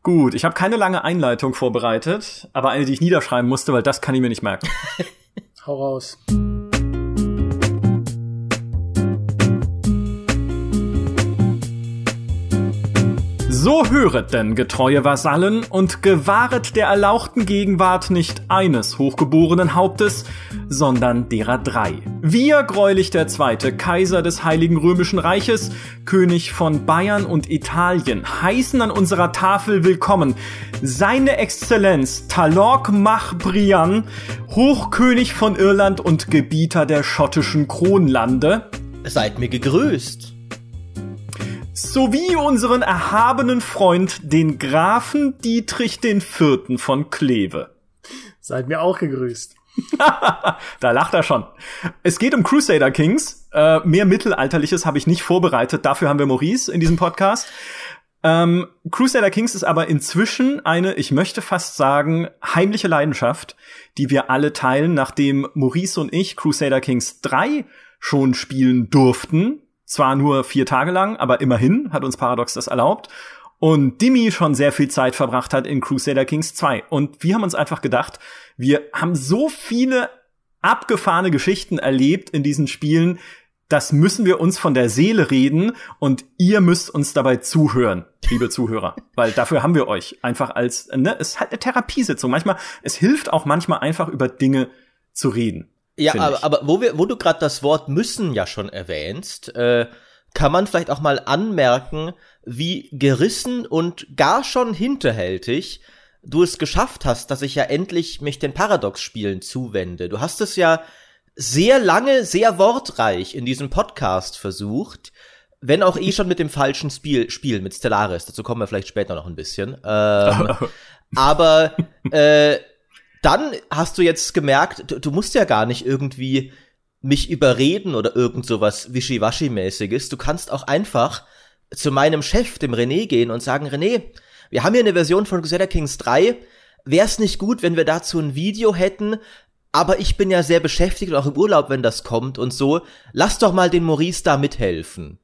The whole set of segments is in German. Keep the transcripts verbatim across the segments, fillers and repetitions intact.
Gut, ich habe keine lange Einleitung vorbereitet, aber eine, die ich niederschreiben musste, weil das kann ich mir nicht merken. Hau raus. So höret denn, getreue Vasallen, und gewahret der erlauchten Gegenwart nicht eines hochgeborenen Hauptes, sondern derer drei. Wir, Greulich der Zweite, Kaiser des Heiligen Römischen Reiches, König von Bayern und Italien, heißen an unserer Tafel willkommen seine Exzellenz Talorg Mach Brian, Hochkönig von Irland und Gebieter der schottischen Kronlande. Seid mir gegrüßt. Sowie unseren erhabenen Freund, den Grafen Dietrich den Vierten von Kleve. Seid mir auch gegrüßt. Da lacht er schon. Es geht um Crusader Kings. Äh, mehr Mittelalterliches habe ich nicht vorbereitet. Dafür haben wir Maurice in diesem Podcast. Ähm, Crusader Kings ist aber inzwischen eine, ich möchte fast sagen, heimliche Leidenschaft, die wir alle teilen, nachdem Maurice und ich Crusader Kings drei schon spielen durften. Zwar nur vier Tage lang, aber immerhin hat uns Paradox das erlaubt. Und Dimi schon sehr viel Zeit verbracht hat in Crusader Kings zwei. Und wir haben uns einfach gedacht, wir haben so viele abgefahrene Geschichten erlebt in diesen Spielen, das müssen wir uns von der Seele reden und ihr müsst uns dabei zuhören, liebe Zuhörer. Weil dafür haben wir euch einfach als, ne, es ist halt eine Therapiesitzung. Manchmal, es hilft auch manchmal einfach über Dinge zu reden. Ja, aber, aber wo wir, wo du gerade das Wort müssen ja schon erwähnst, äh, kann man vielleicht auch mal anmerken, wie gerissen und gar schon hinterhältig du es geschafft hast, dass ich ja endlich mich den Paradox-Spielen zuwende. Du hast es ja sehr lange, sehr wortreich in diesem Podcast versucht, wenn auch eh schon mit dem falschen Spiel, Spiel mit Stellaris. Dazu kommen wir vielleicht später noch ein bisschen. Ähm, aber äh, dann hast du jetzt gemerkt, du, du musst ja gar nicht irgendwie mich überreden oder irgend sowas Wischiwaschi-mäßiges. Du kannst auch einfach zu meinem Chef, dem René, gehen und sagen, René, wir haben hier eine Version von Crusader Kings drei. Wär's nicht gut, wenn wir dazu ein Video hätten? Aber ich bin ja sehr beschäftigt und auch im Urlaub, wenn das kommt und so. Lass doch mal den Maurice da mithelfen.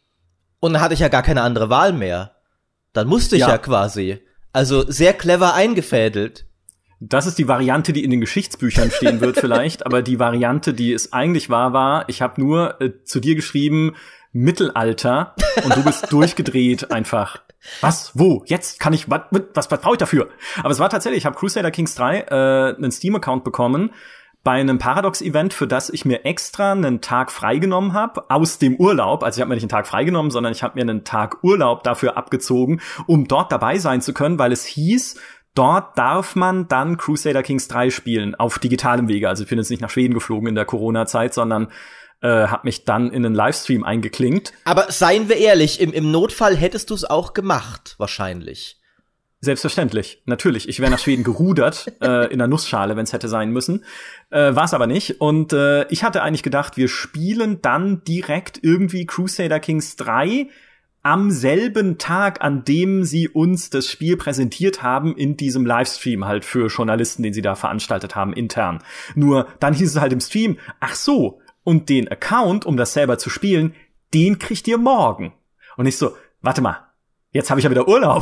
Und dann hatte ich ja gar keine andere Wahl mehr. Dann musste ich ja, ja quasi. Also sehr clever eingefädelt. Das ist die Variante, die in den Geschichtsbüchern stehen wird vielleicht, aber die Variante, die es eigentlich war, war, ich habe nur äh, zu dir geschrieben, Mittelalter, und du bist durchgedreht einfach. Was? Wo? Jetzt kann ich, was, was, was brauche ich dafür? Aber es war tatsächlich, ich habe Crusader Kings drei äh, einen Steam-Account bekommen bei einem Paradox-Event, für das ich mir extra einen Tag freigenommen habe, aus dem Urlaub. Also ich habe mir nicht einen Tag freigenommen, sondern ich habe mir einen Tag Urlaub dafür abgezogen, um dort dabei sein zu können, weil es hieß, dort darf man dann Crusader Kings drei spielen, auf digitalem Wege. Also ich bin jetzt nicht nach Schweden geflogen in der Corona-Zeit, sondern äh, habe mich dann in einen Livestream eingeklinkt. Aber seien wir ehrlich, im, im Notfall hättest du es auch gemacht, wahrscheinlich. Selbstverständlich, natürlich. Ich wäre nach Schweden gerudert, äh, in der Nussschale, wenn es hätte sein müssen. Äh, war es aber nicht. Und äh, ich hatte eigentlich gedacht, wir spielen dann direkt irgendwie Crusader Kings drei am selben Tag, an dem sie uns das Spiel präsentiert haben, in diesem Livestream halt für Journalisten, den sie da veranstaltet haben, intern. Nur dann hieß es halt im Stream, ach so, und den Account, um das selber zu spielen, den kriegt ihr morgen. Und ich so, warte mal, jetzt habe ich ja wieder Urlaub.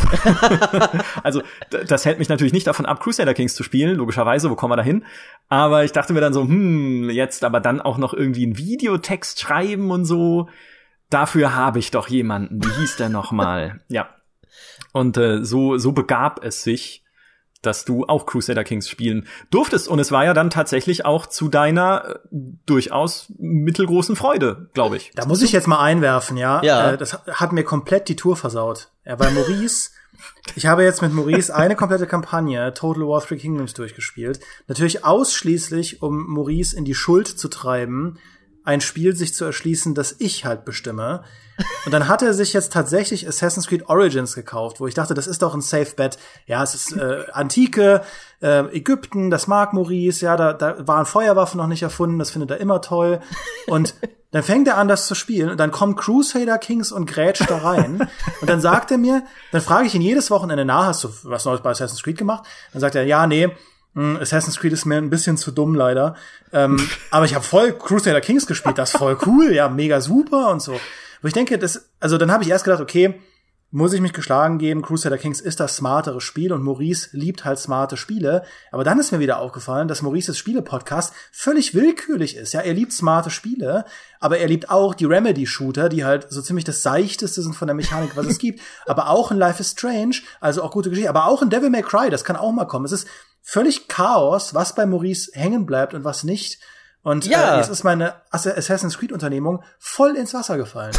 Also d- das hält mich natürlich nicht davon ab, Crusader Kings zu spielen, logischerweise, wo kommen wir da hin? Aber ich dachte mir dann so, hm, jetzt aber dann auch noch irgendwie einen Videotext schreiben und so. Dafür habe ich doch jemanden. Wie hieß der noch mal? Ja. Und äh, so so begab es sich, dass du auch Crusader Kings spielen durftest. Und es war ja dann tatsächlich auch zu deiner äh, durchaus mittelgroßen Freude, glaube ich. Da muss ich jetzt mal einwerfen, ja. Ja. Äh, das hat mir komplett die Tour versaut. Ja, bei Maurice, ich habe jetzt mit Maurice eine komplette Kampagne, Total War Three Kingdoms, durchgespielt. Natürlich ausschließlich, um Maurice in die Schuld zu treiben, ein Spiel sich zu erschließen, das ich halt bestimme. Und dann hat er sich jetzt tatsächlich Assassin's Creed Origins gekauft, wo ich dachte, das ist doch ein Safe Bet. Ja, es ist äh, Antike, äh, Ägypten, das mag Maurice, ja, da, da waren Feuerwaffen noch nicht erfunden, das findet er immer toll. Und dann fängt er an, das zu spielen, und dann kommt Crusader Kings und grätscht da rein. Und dann sagt er mir, dann frage ich ihn jedes Wochenende nach, hast du was Neues bei Assassin's Creed gemacht? Dann sagt er, ja, nee, Assassin's Creed ist mir ein bisschen zu dumm, leider. Ähm, aber ich habe voll Crusader Kings gespielt, das ist voll cool, ja, mega super und so. Wo ich denke, das, also dann habe ich erst gedacht, okay, muss ich mich geschlagen geben, Crusader Kings ist das smartere Spiel und Maurice liebt halt smarte Spiele. Aber dann ist mir wieder aufgefallen, dass Maurices Spiele-Podcast völlig willkürlich ist. Ja, er liebt smarte Spiele, aber er liebt auch die Remedy-Shooter, die halt so ziemlich das Seichteste sind von der Mechanik, was es gibt. Aber auch in Life is Strange, also auch gute Geschichte, aber auch in Devil May Cry, das kann auch mal kommen. Es ist völlig Chaos, was bei Maurice hängen bleibt und was nicht. Und ja. äh, jetzt ist meine Assassin's Creed-Unternehmung voll ins Wasser gefallen.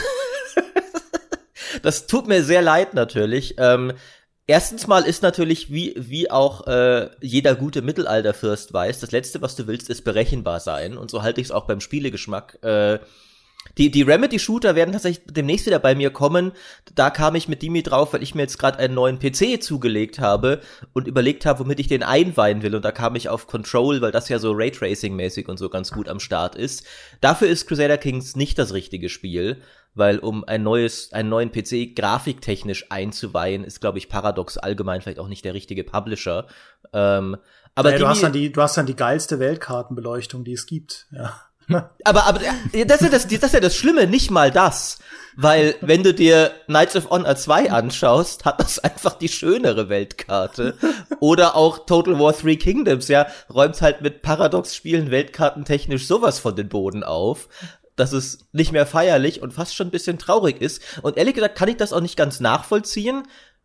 Das tut mir sehr leid natürlich. Ähm, erstens mal ist natürlich, wie wie auch äh, jeder gute Mittelalterfürst weiß, das Letzte, was du willst, ist berechenbar sein. Und so halte ich es auch beim Spielegeschmack. Äh, die die Remedy-Shooter werden tatsächlich demnächst wieder bei mir kommen. Da kam ich mit Dimi drauf, weil ich mir jetzt gerade einen neuen P C zugelegt habe und überlegt habe, womit ich den einweihen will. Und da kam ich auf Control, weil das ja so Raytracing-mäßig und so ganz gut am Start ist. Dafür ist Crusader Kings nicht das richtige Spiel. Weil um ein neues, einen neuen P C grafiktechnisch einzuweihen, ist, glaube ich, Paradox allgemein vielleicht auch nicht der richtige Publisher. Ähm, aber ja, die, du hast dann die, du hast dann die geilste Weltkartenbeleuchtung, die es gibt. Ja. aber, aber das ist ja das, das ist ja das Schlimme, nicht mal das. Weil, wenn du dir Knights of Honor zwei anschaust, hat das einfach die schönere Weltkarte. Oder auch Total War Three Kingdoms, ja, räumt halt mit Paradox-Spielen weltkartentechnisch sowas von den Boden auf, dass es nicht mehr feierlich und fast schon ein bisschen traurig ist. Und ehrlich gesagt kann ich das auch nicht ganz nachvollziehen,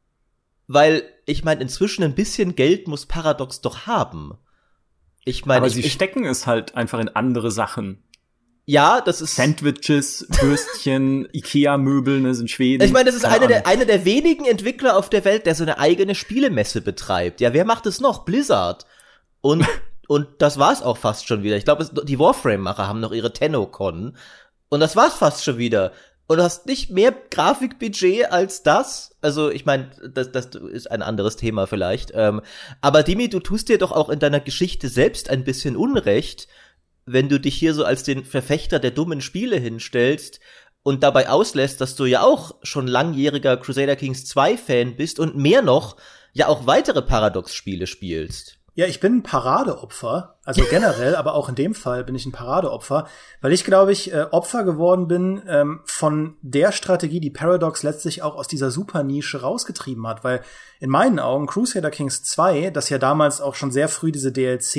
weil ich meine, inzwischen ein bisschen Geld muss Paradox doch haben. Ich meine, aber ich, sie ich, stecken es halt einfach in andere Sachen. Ja, das ist Sandwiches, Würstchen, Ikea-Möbel, ne, sind Schweden. Ich meine, das ist Keine einer der, Ahnung. einer der wenigen Entwickler auf der Welt, der so eine eigene Spielemesse betreibt. Ja, wer macht es noch? Blizzard. Und Und das war's auch fast schon wieder. Ich glaube, die Warframe-Macher haben noch ihre TennoCon. Und das war's fast schon wieder. Und du hast nicht mehr Grafikbudget als das. Also, ich meine, das, das ist ein anderes Thema vielleicht. Ähm, aber Dimi, du tust dir doch auch in deiner Geschichte selbst ein bisschen Unrecht, wenn du dich hier so als den Verfechter der dummen Spiele hinstellst und dabei auslässt, dass du ja auch schon langjähriger Crusader Kings zwei Fan bist und mehr noch ja auch weitere Paradox-Spiele spielst. Ja, ich bin ein Paradeopfer, also generell, aber auch in dem Fall bin ich ein Paradeopfer, weil ich, glaube ich, äh, Opfer geworden bin ähm, von der Strategie, die Paradox letztlich auch aus dieser Supernische rausgetrieben hat, weil in meinen Augen Crusader Kings zwei, das ja damals auch schon sehr früh diese D L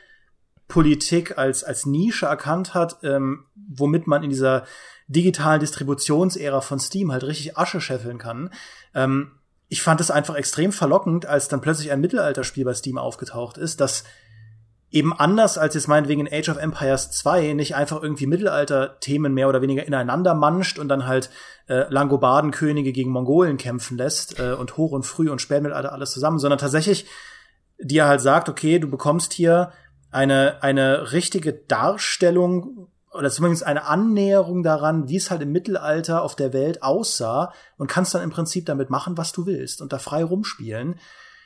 C-Politik als als Nische erkannt hat, ähm, womit man in dieser digitalen Distributionsära von Steam halt richtig Asche scheffeln kann, ähm, ich fand es einfach extrem verlockend, als dann plötzlich ein Mittelalterspiel bei Steam aufgetaucht ist, das eben anders als jetzt meinetwegen in Age of Empires zwei nicht einfach irgendwie Mittelalter-Themen mehr oder weniger ineinander manscht und dann halt äh, Langobardenkönige gegen Mongolen kämpfen lässt äh, und Hoch- und Früh- und Spätmittelalter alles zusammen, sondern tatsächlich dir halt sagt, okay, du bekommst hier eine eine richtige Darstellung oder zumindest eine Annäherung daran, wie es halt im Mittelalter auf der Welt aussah und kannst dann im Prinzip damit machen, was du willst und da frei rumspielen.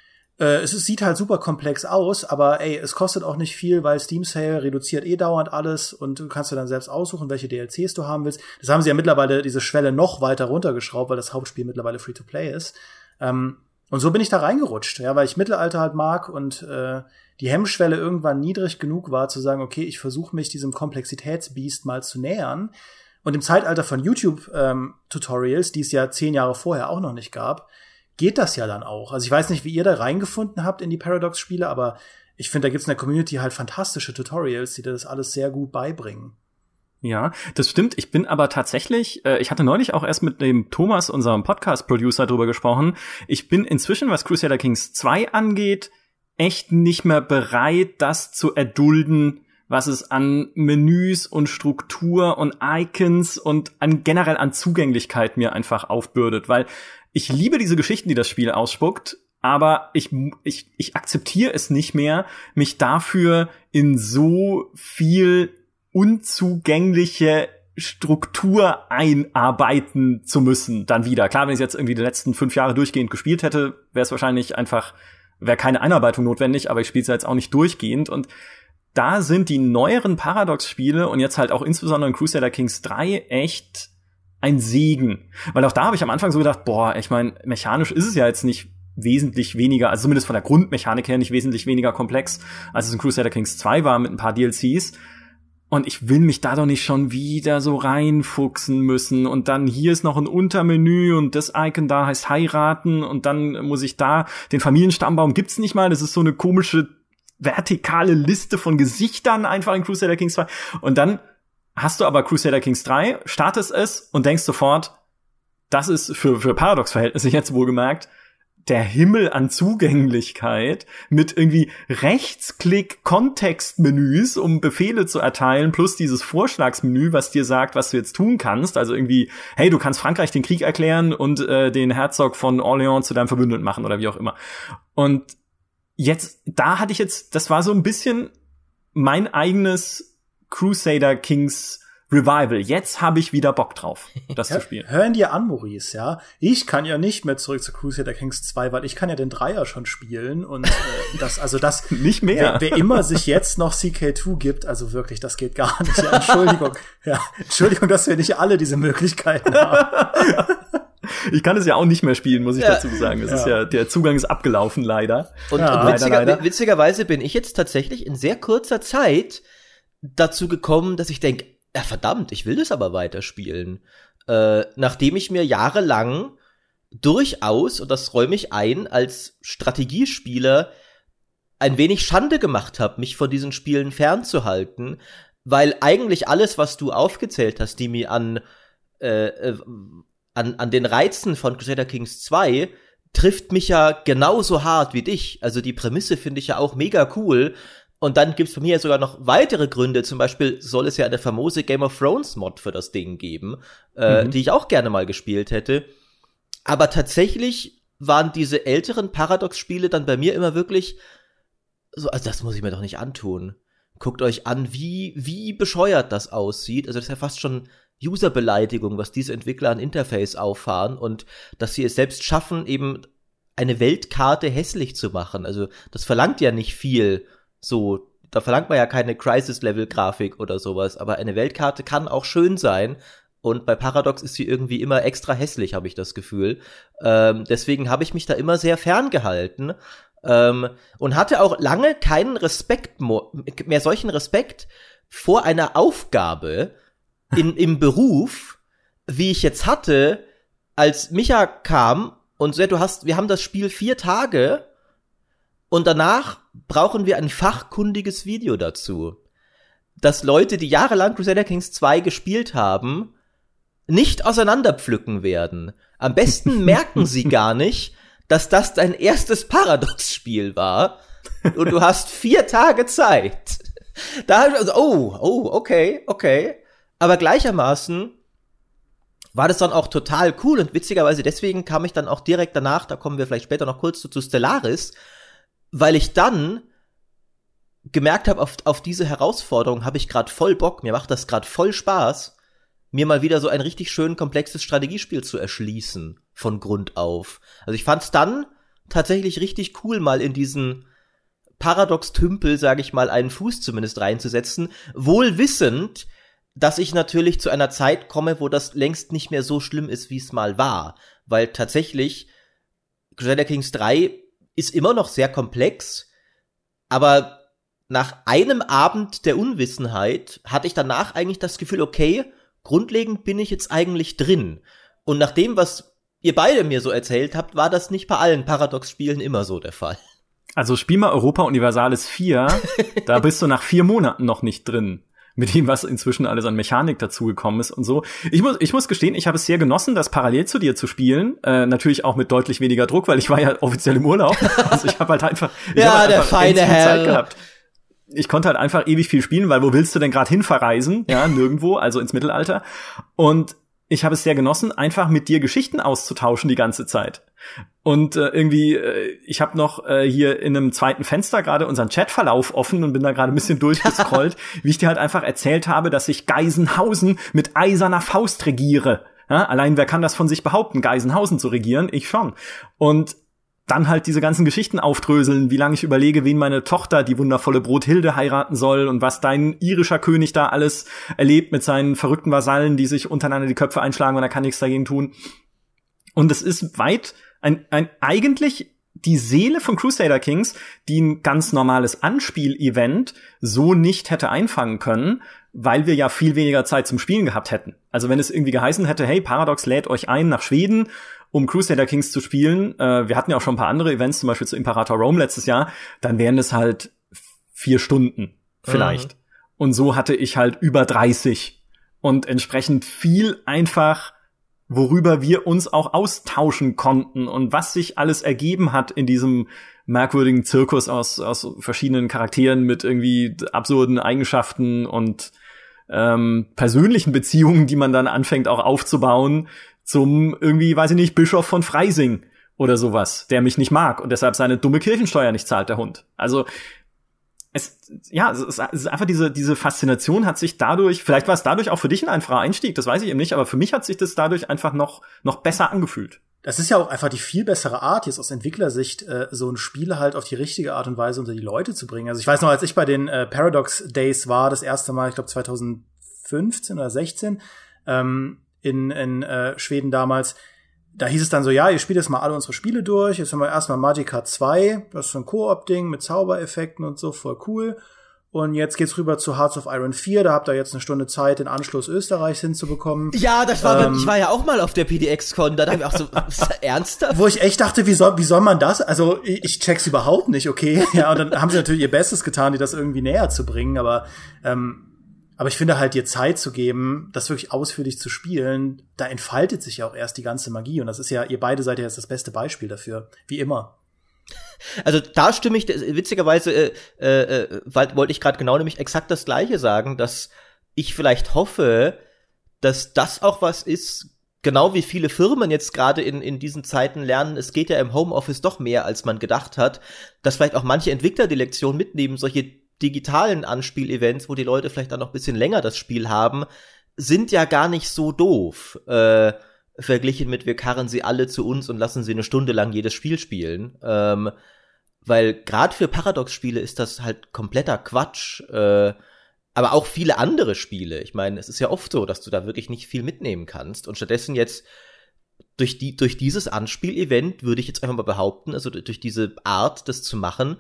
Äh, es ist, sieht halt super komplex aus, aber ey, es kostet auch nicht viel, weil Steam Sale reduziert eh dauernd alles und du kannst dir dann selbst aussuchen, welche D L Cs du haben willst. Das haben sie ja mittlerweile diese Schwelle noch weiter runtergeschraubt, weil das Hauptspiel mittlerweile Free-to-Play ist. Ähm, und so bin ich da reingerutscht, ja, weil ich Mittelalter halt mag und äh, die Hemmschwelle irgendwann niedrig genug war, zu sagen, okay, ich versuche mich diesem Komplexitätsbiest mal zu nähern. Und im Zeitalter von YouTube-Tutorials, ähm, die es ja zehn Jahre vorher auch noch nicht gab, geht das ja dann auch. Also ich weiß nicht, wie ihr da reingefunden habt in die Paradox-Spiele, aber ich finde, da gibt's in der Community halt fantastische Tutorials, die dir das alles sehr gut beibringen. Ja, das stimmt. Ich bin aber tatsächlich, äh, ich hatte neulich auch erst mit dem Thomas, unserem Podcast-Producer, drüber gesprochen. Ich bin inzwischen, was Crusader Kings zwei angeht, echt nicht mehr bereit, das zu erdulden, was es an Menüs und Struktur und Icons und an generell an Zugänglichkeit mir einfach aufbürdet, weil ich liebe diese Geschichten, die das Spiel ausspuckt, aber ich ich ich akzeptiere es nicht mehr, mich dafür in so viel unzugängliche Struktur einarbeiten zu müssen, dann wieder. Klar, wenn ich jetzt irgendwie die letzten fünf Jahre durchgehend gespielt hätte, wäre es wahrscheinlich einfach wäre keine Einarbeitung notwendig, aber ich spiele es jetzt auch nicht durchgehend. Und da sind die neueren Paradox-Spiele und jetzt halt auch insbesondere in Crusader Kings drei echt ein Segen. Weil auch da habe ich am Anfang so gedacht, boah, ich meine, mechanisch ist es ja jetzt nicht wesentlich weniger, also zumindest von der Grundmechanik her nicht wesentlich weniger komplex, als es in Crusader Kings zwei war mit ein paar D L Cs. Und ich will mich da doch nicht schon wieder so reinfuchsen müssen. Und dann hier ist noch ein Untermenü und das Icon da heißt heiraten. Und dann muss ich da, den Familienstammbaum gibt's nicht mal. Das ist so eine komische vertikale Liste von Gesichtern einfach in Crusader Kings zwei. Und dann hast du aber Crusader Kings drei, startest es und denkst sofort, das ist für, für Paradox-Verhältnisse jetzt wohlgemerkt, der Himmel an Zugänglichkeit mit irgendwie Rechtsklick-Kontextmenüs, um Befehle zu erteilen, plus dieses Vorschlagsmenü, was dir sagt, was du jetzt tun kannst. Also irgendwie, hey, du kannst Frankreich den Krieg erklären und äh, den Herzog von Orléans zu deinem Verbündeten machen oder wie auch immer. Und jetzt, da hatte ich jetzt, das war so ein bisschen mein eigenes Crusader Kings Revival. Jetzt habe ich wieder Bock drauf, das ja, zu spielen. Hören dir an, Maurice, ja. Ich kann ja nicht mehr zurück zu Crusader Kings zwei, weil ich kann ja den Dreier schon spielen und äh, das, also das nicht mehr. Wer, wer immer sich jetzt noch C K zwei gibt, also wirklich, das geht gar nicht. Ja, Entschuldigung, ja, Entschuldigung, dass wir nicht alle diese Möglichkeiten haben. Ich kann es ja auch nicht mehr spielen, muss ich ja. dazu sagen. Es ja. ist ja, der Zugang ist abgelaufen, leider. Und, ja. und witziger, leider, leider. witzigerweise bin ich jetzt tatsächlich in sehr kurzer Zeit dazu gekommen, dass ich denke, ja, verdammt, ich will das aber weiterspielen. Äh, nachdem ich mir jahrelang durchaus, und das räume ich ein, als Strategiespieler ein wenig Schande gemacht habe, mich von diesen Spielen fernzuhalten, weil eigentlich alles, was du aufgezählt hast, die mir an, äh, äh, an, an den Reizen von Crusader Kings zwei, trifft mich ja genauso hart wie dich. Also die Prämisse finde ich ja auch mega cool. Und dann gibt's von mir sogar noch weitere Gründe. Zum Beispiel soll es ja eine famose Game of Thrones Mod für das Ding geben, äh, mhm. die ich auch gerne mal gespielt hätte. Aber tatsächlich waren diese älteren Paradox-Spiele dann bei mir immer wirklich so, also das muss ich mir doch nicht antun. Guckt euch an, wie, wie bescheuert das aussieht. Also das ist ja fast schon Userbeleidigung, was diese Entwickler an Interface auffahren und dass sie es selbst schaffen, eben eine Weltkarte hässlich zu machen. Also das verlangt ja nicht viel. So, da verlangt man ja keine Crisis-Level-Grafik oder sowas, aber eine Weltkarte kann auch schön sein und bei Paradox ist sie irgendwie immer extra hässlich, habe ich das Gefühl. Ähm, deswegen habe ich mich da immer sehr ferngehalten ähm, und hatte auch lange keinen Respekt mehr, solchen Respekt vor einer Aufgabe in, im Beruf, wie ich jetzt hatte, als Micha kam und so, du hast, wir haben das Spiel vier Tage und danach brauchen wir ein fachkundiges Video dazu, dass Leute, die jahrelang Crusader Kings zwei gespielt haben, nicht auseinanderpflücken werden. Am besten merken sie gar nicht, dass das dein erstes Paradox-Spiel war und du hast vier Tage Zeit. Da habe ich also, oh, oh, okay, okay. Aber gleichermaßen war das dann auch total cool und witzigerweise deswegen kam ich dann auch direkt danach, da kommen wir vielleicht später noch kurz zu, zu Stellaris, weil ich dann gemerkt habe, auf, auf diese Herausforderung habe ich gerade voll Bock, mir macht das gerade voll Spaß, mir mal wieder so ein richtig schön komplexes Strategiespiel zu erschließen, von Grund auf. Also ich fand's dann tatsächlich richtig cool, mal in diesen Paradox-Tümpel, sage ich mal, einen Fuß zumindest reinzusetzen, wohl wissend, dass ich natürlich zu einer Zeit komme, wo das längst nicht mehr so schlimm ist, wie es mal war. Weil tatsächlich Crusader Kings drei ist immer noch sehr komplex, aber nach einem Abend der Unwissenheit hatte ich danach eigentlich das Gefühl, okay, grundlegend bin ich jetzt eigentlich drin. Und nach dem, was ihr beide mir so erzählt habt, war das nicht bei allen Paradox-Spielen immer so der Fall. Also spiel mal Europa Universalis vier, da bist du nach vier Monaten noch nicht drin. Mit dem, was inzwischen alles an Mechanik dazugekommen ist und so. Ich muss, ich muss gestehen, ich habe es sehr genossen, das parallel zu dir zu spielen. Äh, natürlich auch mit deutlich weniger Druck, weil ich war ja offiziell im Urlaub. Also ich habe halt einfach, ich ja, hab halt der einfach feine Herr. Zeit gehabt. Ich konnte halt einfach ewig viel spielen, weil wo willst du denn gerade hin verreisen? Ja, nirgendwo, also ins Mittelalter. Und ich habe es sehr genossen, einfach mit dir Geschichten auszutauschen die ganze Zeit. Und äh, irgendwie, äh, ich habe noch äh, hier in einem zweiten Fenster gerade unseren Chatverlauf offen und bin da gerade ein bisschen durchgescrollt, wie ich dir halt einfach erzählt habe, dass ich Geisenhausen mit eiserner Faust regiere. Ja, allein wer kann das von sich behaupten, Geisenhausen zu regieren? Ich schon. Und dann halt diese ganzen Geschichten aufdröseln, wie lange ich überlege, wen meine Tochter, die wundervolle Brothilde, heiraten soll und was dein irischer König da alles erlebt mit seinen verrückten Vasallen, die sich untereinander die Köpfe einschlagen und er kann nichts dagegen tun. Und es ist weit ein, ein eigentlich die Seele von Crusader Kings, die ein ganz normales Anspiel-Event so nicht hätte einfangen können, weil wir ja viel weniger Zeit zum Spielen gehabt hätten. Also wenn es irgendwie geheißen hätte, hey, Paradox lädt euch ein nach Schweden, um Crusader Kings zu spielen, äh, wir hatten ja auch schon ein paar andere Events, zum Beispiel zu Imperator Rome letztes Jahr, dann wären es halt vier Stunden vielleicht. Mhm. Und so hatte ich halt über dreißig und entsprechend viel einfach, worüber wir uns auch austauschen konnten und was sich alles ergeben hat in diesem merkwürdigen Zirkus aus aus verschiedenen Charakteren mit irgendwie absurden Eigenschaften und ähm, persönlichen Beziehungen, die man dann anfängt auch aufzubauen zum irgendwie, weiß ich nicht, Bischof von Freising oder sowas, der mich nicht mag und deshalb seine dumme Kirchensteuer nicht zahlt, der Hund. Also es, ja, es ist, es ist einfach diese, diese Faszination hat sich dadurch, vielleicht war es dadurch auch für dich ein einfacher Einstieg, das weiß ich eben nicht, aber für mich hat sich das dadurch einfach noch, noch besser angefühlt. Das ist ja auch einfach die viel bessere Art, jetzt aus Entwicklersicht, äh, so ein Spiel halt auf die richtige Art und Weise unter die Leute zu bringen. Also ich weiß noch, als ich bei den äh, Paradox Days war, das erste Mal, ich glaube zwanzig fünfzehn oder sechzehn, ähm, in, in äh, Schweden damals, da hieß es dann so, ja, ihr spielt jetzt mal alle unsere Spiele durch. Jetzt haben wir erstmal Magicka zwei, das ist so ein Koop-Ding mit Zaubereffekten und so, voll cool. Und jetzt geht's rüber zu Hearts of Iron vier, da habt ihr jetzt eine Stunde Zeit, den Anschluss Österreichs hinzubekommen. Ja, das war, ähm, ich war ja auch mal auf der P D X-Con, da dachte ich auch so, ernsthaft? Wo ich echt dachte, wie soll, wie soll man das? Also, ich, ich check's überhaupt nicht, okay. Ja, und dann haben sie natürlich ihr Bestes getan, die das irgendwie näher zu bringen, aber, ähm, Aber ich finde halt, dir Zeit zu geben, das wirklich ausführlich zu spielen, da entfaltet sich ja auch erst die ganze Magie. Und das ist ja, ihr beide seid ja jetzt das beste Beispiel dafür. Wie immer. Also da stimme ich, witzigerweise äh, äh, wollte ich gerade genau nämlich exakt das Gleiche sagen, dass ich vielleicht hoffe, dass das auch was ist, genau wie viele Firmen jetzt gerade in in diesen Zeiten lernen, es geht ja im Homeoffice doch mehr, als man gedacht hat, dass vielleicht auch manche Entwickler die Lektion mitnehmen, solche digitalen Anspielevents, wo die Leute vielleicht dann noch ein bisschen länger das Spiel haben, sind ja gar nicht so doof, äh, verglichen mit wir karren sie alle zu uns und lassen sie eine Stunde lang jedes Spiel spielen. Ähm, weil gerade für Paradox-Spiele ist das halt kompletter Quatsch. Äh, aber auch viele andere Spiele. Ich meine, es ist ja oft so, dass du da wirklich nicht viel mitnehmen kannst. Und stattdessen jetzt durch die durch dieses Anspielevent würde ich jetzt einfach mal behaupten, also durch diese Art, das zu machen,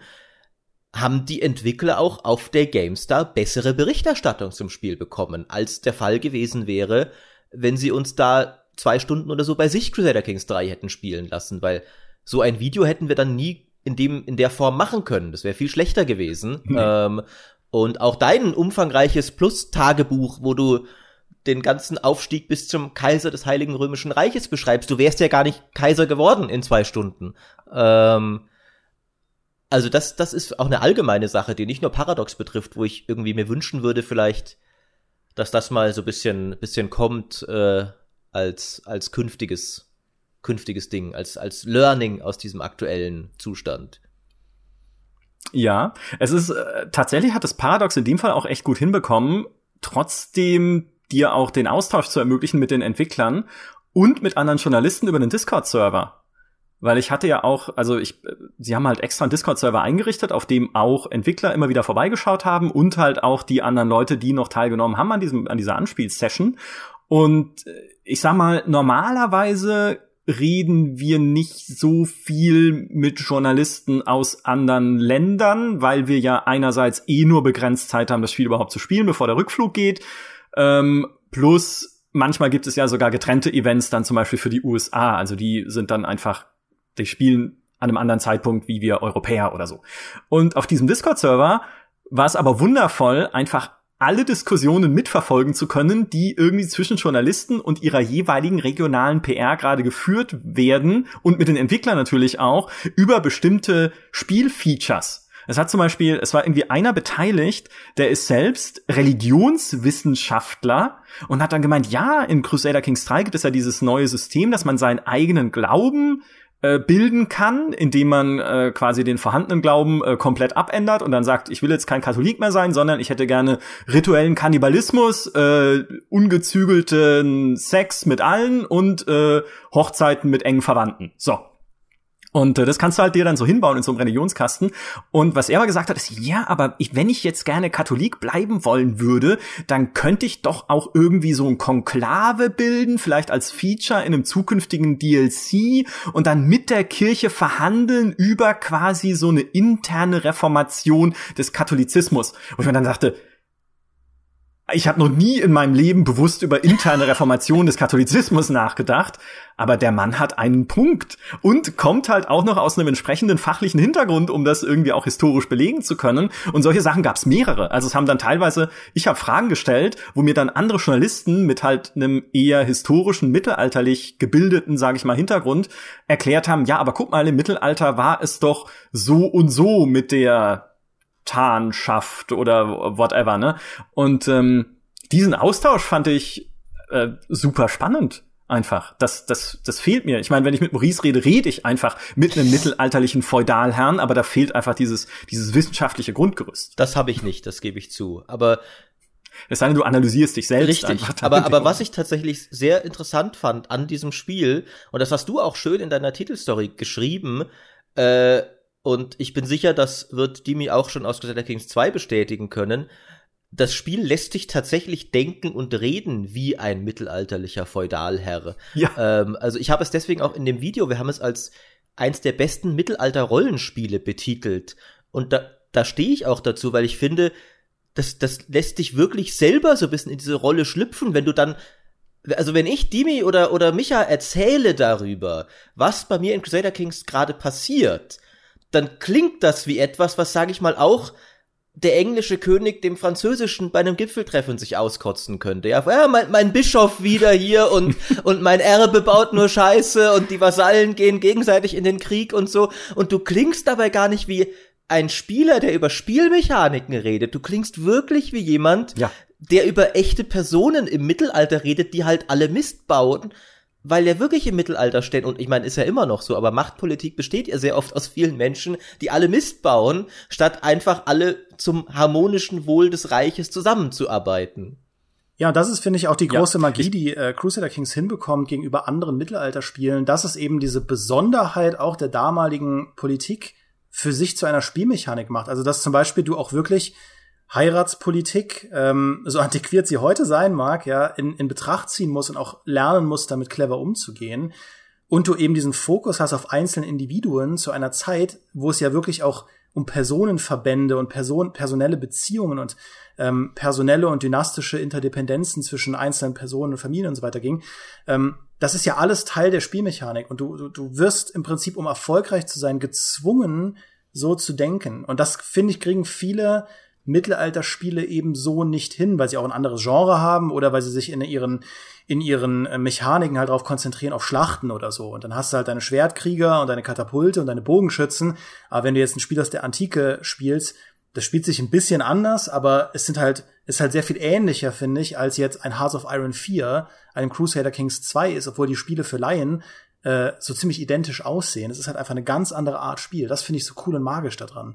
haben die Entwickler auch auf der GameStar bessere Berichterstattung zum Spiel bekommen, als der Fall gewesen wäre, wenn sie uns da zwei Stunden oder so bei sich Crusader Kings drei hätten spielen lassen, weil so ein Video hätten wir dann nie in dem in der Form machen können. Das wäre viel schlechter gewesen. Mhm. Ähm, und auch dein umfangreiches Plus-Tagebuch, wo du den ganzen Aufstieg bis zum Kaiser des Heiligen Römischen Reiches beschreibst, du wärst ja gar nicht Kaiser geworden in zwei Stunden. Ähm, Also das, das ist auch eine allgemeine Sache, die nicht nur Paradox betrifft, wo ich irgendwie mir wünschen würde vielleicht, dass das mal so ein bisschen, bisschen kommt äh, als als künftiges künftiges Ding, als als Learning aus diesem aktuellen Zustand. Ja, es ist äh, tatsächlich hat das Paradox in dem Fall auch echt gut hinbekommen, trotzdem dir auch den Austausch zu ermöglichen mit den Entwicklern und mit anderen Journalisten über den Discord-Server. Weil ich hatte ja auch, also ich, sie haben halt extra einen Discord-Server eingerichtet, auf dem auch Entwickler immer wieder vorbeigeschaut haben und halt auch die anderen Leute, die noch teilgenommen haben an diesem, an dieser Anspielsession. Und ich sag mal, normalerweise reden wir nicht so viel mit Journalisten aus anderen Ländern, weil wir ja einerseits eh nur begrenzt Zeit haben, das Spiel überhaupt zu spielen, bevor der Rückflug geht. Ähm, plus manchmal gibt es ja sogar getrennte Events dann zum Beispiel für die U S A. Also die sind dann einfach die spielen an einem anderen Zeitpunkt wie wir Europäer oder so. Und auf diesem Discord-Server war es aber wundervoll, einfach alle Diskussionen mitverfolgen zu können, die irgendwie zwischen Journalisten und ihrer jeweiligen regionalen P R gerade geführt werden und mit den Entwicklern natürlich auch über bestimmte Spielfeatures. Es hat zum Beispiel, es war irgendwie einer beteiligt, der ist selbst Religionswissenschaftler und hat dann gemeint, ja, in Crusader Kings drei gibt es ja dieses neue System, dass man seinen eigenen Glauben bilden kann, indem man äh, quasi den vorhandenen Glauben äh, komplett abändert und dann sagt, ich will jetzt kein Katholik mehr sein, sondern ich hätte gerne rituellen Kannibalismus, äh, ungezügelten Sex mit allen und äh, Hochzeiten mit engen Verwandten. So. Und äh, das kannst du halt dir dann so hinbauen in so einem Religionskasten. Und was er aber gesagt hat, ist, ja, aber ich, wenn ich jetzt gerne Katholik bleiben wollen würde, dann könnte ich doch auch irgendwie so ein Konklave bilden, vielleicht als Feature in einem zukünftigen D L C und dann mit der Kirche verhandeln über quasi so eine interne Reformation des Katholizismus. Und ich mir dann dachte, ich habe noch nie in meinem Leben bewusst über interne Reformation des Katholizismus nachgedacht, aber der Mann hat einen Punkt und kommt halt auch noch aus einem entsprechenden fachlichen Hintergrund, um das irgendwie auch historisch belegen zu können. Und solche Sachen gab es mehrere. Also es haben dann teilweise, ich habe Fragen gestellt, wo mir dann andere Journalisten mit halt einem eher historischen, mittelalterlich gebildeten, sage ich mal, Hintergrund erklärt haben, ja, aber guck mal, im Mittelalter war es doch so und so mit der Tarnschaft oder whatever, ne? Und ähm, diesen Austausch fand ich äh, super spannend. Einfach. Das, das, das fehlt mir. Ich meine, wenn ich mit Maurice rede, rede ich einfach mit einem mittelalterlichen Feudalherrn, aber da fehlt einfach dieses, dieses wissenschaftliche Grundgerüst. Das habe ich nicht, das gebe ich zu. Aber es sei denn, du analysierst dich selbst. Richtig. Aber, aber was ich tatsächlich sehr interessant fand an diesem Spiel, und das hast du auch schön in deiner Titelstory geschrieben, äh, und ich bin sicher, das wird Dimi auch schon aus Crusader Kings zwei bestätigen können. Das Spiel lässt dich tatsächlich denken und reden wie ein mittelalterlicher Feudalherr. Ja. Ähm, also ich habe es deswegen auch in dem Video, wir haben es als eins der besten Mittelalter-Rollenspiele betitelt. Und da, da stehe ich auch dazu, weil ich finde, das, das lässt dich wirklich selber so ein bisschen in diese Rolle schlüpfen, wenn du dann also wenn ich Dimi oder, oder Micha erzähle darüber, was bei mir in Crusader Kings gerade passiert, dann klingt das wie etwas, was, sage ich mal, auch der englische König dem Französischen bei einem Gipfeltreffen sich auskotzen könnte. Ja, ja mein, mein Bischof wieder hier und und mein Erbe baut nur Scheiße und die Vasallen gehen gegenseitig in den Krieg und so. Und du klingst dabei gar nicht wie ein Spieler, der über Spielmechaniken redet. Du klingst wirklich wie jemand, ja. der über echte Personen im Mittelalter redet, die halt alle Mist bauen, weil er wirklich im Mittelalter steht, und ich meine, ist ja immer noch so, aber Machtpolitik besteht ja sehr oft aus vielen Menschen, die alle Mist bauen, statt einfach alle zum harmonischen Wohl des Reiches zusammenzuarbeiten. Ja, und das ist, finde ich, auch die große ja, Magie, die äh, Crusader Kings hinbekommt gegenüber anderen Mittelalterspielen, dass es eben diese Besonderheit auch der damaligen Politik für sich zu einer Spielmechanik macht. Also, dass zum Beispiel du auch wirklich Heiratspolitik, ähm, so antiquiert sie heute sein mag, ja, in, in Betracht ziehen musst und auch lernen musst, damit clever umzugehen. Und du eben diesen Fokus hast auf einzelne Individuen zu einer Zeit, wo es ja wirklich auch um Personenverbände und Person, personelle Beziehungen und ähm, personelle und dynastische Interdependenzen zwischen einzelnen Personen und Familien und so weiter ging. Ähm, das ist ja alles Teil der Spielmechanik. Und du, du, du wirst im Prinzip, um erfolgreich zu sein, gezwungen, so zu denken. Und das, finde ich, kriegen viele Mittelalterspiele eben so nicht hin, weil sie auch ein anderes Genre haben oder weil sie sich in ihren in ihren Mechaniken halt darauf konzentrieren, auf Schlachten oder so. Und dann hast du halt deine Schwertkrieger und deine Katapulte und deine Bogenschützen. Aber wenn du jetzt ein Spiel aus der Antike spielst, das spielt sich ein bisschen anders, aber es sind halt ist halt sehr viel ähnlicher, finde ich, als jetzt ein Hearts of Iron vier, einem Crusader Kings zwei ist, obwohl die Spiele für Laien äh, so ziemlich identisch aussehen. Es ist halt einfach eine ganz andere Art Spiel. Das finde ich so cool und magisch daran.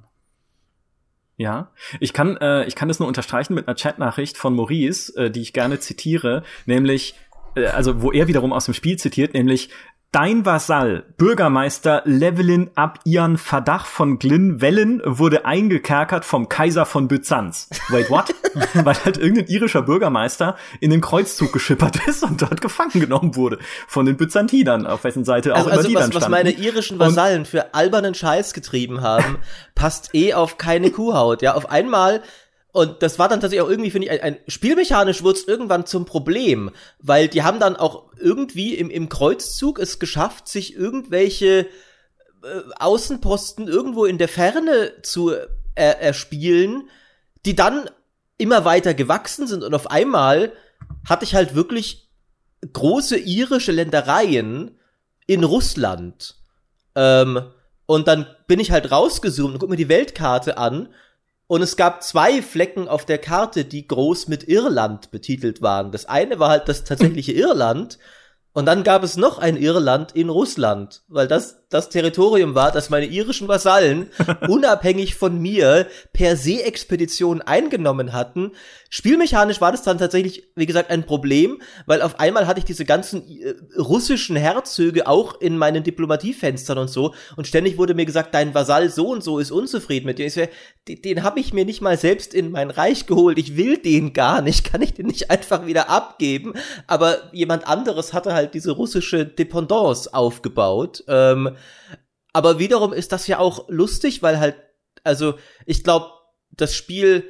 Ja, ich kann äh, ich kann das nur unterstreichen mit einer Chatnachricht von Maurice, äh, die ich gerne zitiere, nämlich äh, also wo er wiederum aus dem Spiel zitiert, nämlich: Dein Vasall, Bürgermeister Levelin ab Ian Verdach von Glyn Wellen, wurde eingekerkert vom Kaiser von Byzanz. Wait, what? Weil halt irgendein irischer Bürgermeister in den Kreuzzug geschippert ist und dort gefangen genommen wurde von den Byzantinern, auf wessen Seite auch also, immer also die was, dann standen. Was meine irischen Vasallen und für albernen Scheiß getrieben haben, passt eh auf keine Kuhhaut. Ja, auf einmal. Und das war dann tatsächlich auch irgendwie, finde ich, ein, ein spielmechanisch wurde es irgendwann zum Problem, weil die haben dann auch irgendwie im, im Kreuzzug es geschafft, sich irgendwelche äh, Außenposten irgendwo in der Ferne zu äh, erspielen, die dann immer weiter gewachsen sind. Und auf einmal hatte ich halt wirklich große irische Ländereien in Russland. Ähm, und dann bin ich halt rausgezoomt und guck mir die Weltkarte an. Und es gab zwei Flecken auf der Karte, die groß mit Irland betitelt waren. Das eine war halt das tatsächliche Irland. Und dann gab es noch ein Irland in Russland. Weil das das Territorium war, dass meine irischen Vasallen unabhängig von mir per Se-Expeditionen eingenommen hatten. Spielmechanisch war das dann tatsächlich, wie gesagt, ein Problem, weil auf einmal hatte ich diese ganzen äh, russischen Herzöge auch in meinen Diplomatiefenstern und so und ständig wurde mir gesagt, dein Vasall so und so ist unzufrieden mit dir. Ich so, den, den habe ich mir nicht mal selbst in mein Reich geholt, ich will den gar nicht, kann ich den nicht einfach wieder abgeben, aber jemand anderes hatte halt diese russische Dependance aufgebaut. Ähm, aber wiederum ist das ja auch lustig, weil halt, also ich glaube, das Spiel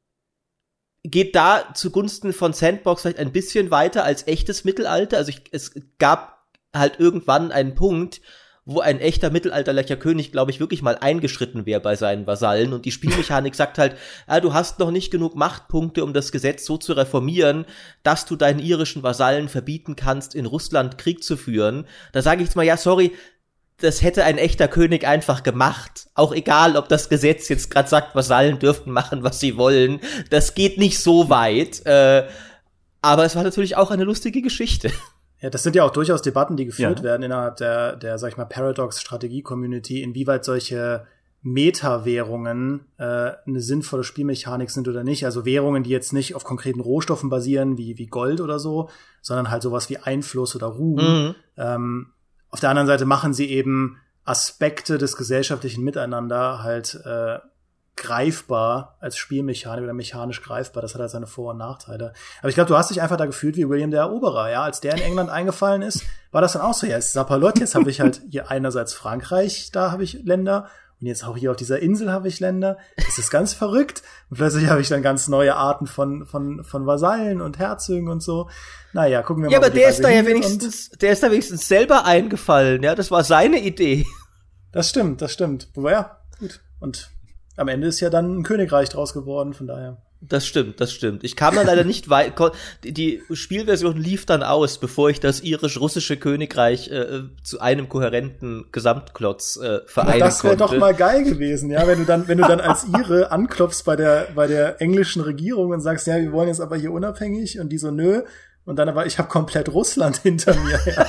geht da zugunsten von Sandbox vielleicht ein bisschen weiter als echtes Mittelalter. Also ich, es gab halt irgendwann einen Punkt, wo ein echter mittelalterlicher König, glaube ich, wirklich mal eingeschritten wäre bei seinen Vasallen. Und die Spielmechanik sagt halt, ah, du hast noch nicht genug Machtpunkte, um das Gesetz so zu reformieren, dass du deinen irischen Vasallen verbieten kannst, in Russland Krieg zu führen. Da sage ich jetzt mal, ja, sorry, das hätte ein echter König einfach gemacht. Auch egal, ob das Gesetz jetzt gerade sagt, Vasallen dürften machen, was sie wollen. Das geht nicht so weit. Äh, aber es war natürlich auch eine lustige Geschichte. Ja, das sind ja auch durchaus Debatten, die geführt ja. werden innerhalb der, der, sag ich mal, Paradox-Strategie-Community, inwieweit solche Meta-Währungen äh, eine sinnvolle Spielmechanik sind oder nicht. Also Währungen, die jetzt nicht auf konkreten Rohstoffen basieren, wie, wie Gold oder so, sondern halt sowas wie Einfluss oder Ruhm. Mhm. Ähm, Auf der anderen Seite machen sie eben Aspekte des gesellschaftlichen Miteinander halt äh, greifbar als Spielmechanik oder mechanisch greifbar. Das hat halt seine Vor- und Nachteile. Aber ich glaube, du hast dich einfach da gefühlt wie William der Eroberer. Ja, als der in England eingefallen ist, war das dann auch so, ja, jetzt Sapperlot, jetzt habe ich halt hier einerseits Frankreich, da habe ich Länder und jetzt auch hier auf dieser Insel habe ich Länder. Das ist ganz verrückt. Und plötzlich habe ich dann ganz neue Arten von von von Vasallen und Herzögen und so. Naja, gucken wir ja, mal. Ja, aber der ist da ja wenigstens, der ist da wenigstens selber eingefallen, ja, das war seine Idee. Das stimmt, das stimmt. Wobei, ja, gut. Und am Ende ist ja dann ein Königreich draus geworden, von daher. Das stimmt, das stimmt. Ich kam dann leider nicht weit. Die Spielversion lief dann aus, bevor ich das irisch-russische Königreich äh, zu einem kohärenten Gesamtklotz äh, vereinen das wär konnte. Das wäre doch mal geil gewesen, ja, wenn du dann, wenn du dann als Ire anklopfst bei der bei der englischen Regierung und sagst, ja, wir wollen jetzt aber hier unabhängig und die so nö und dann aber ich habe komplett Russland hinter mir. Ja.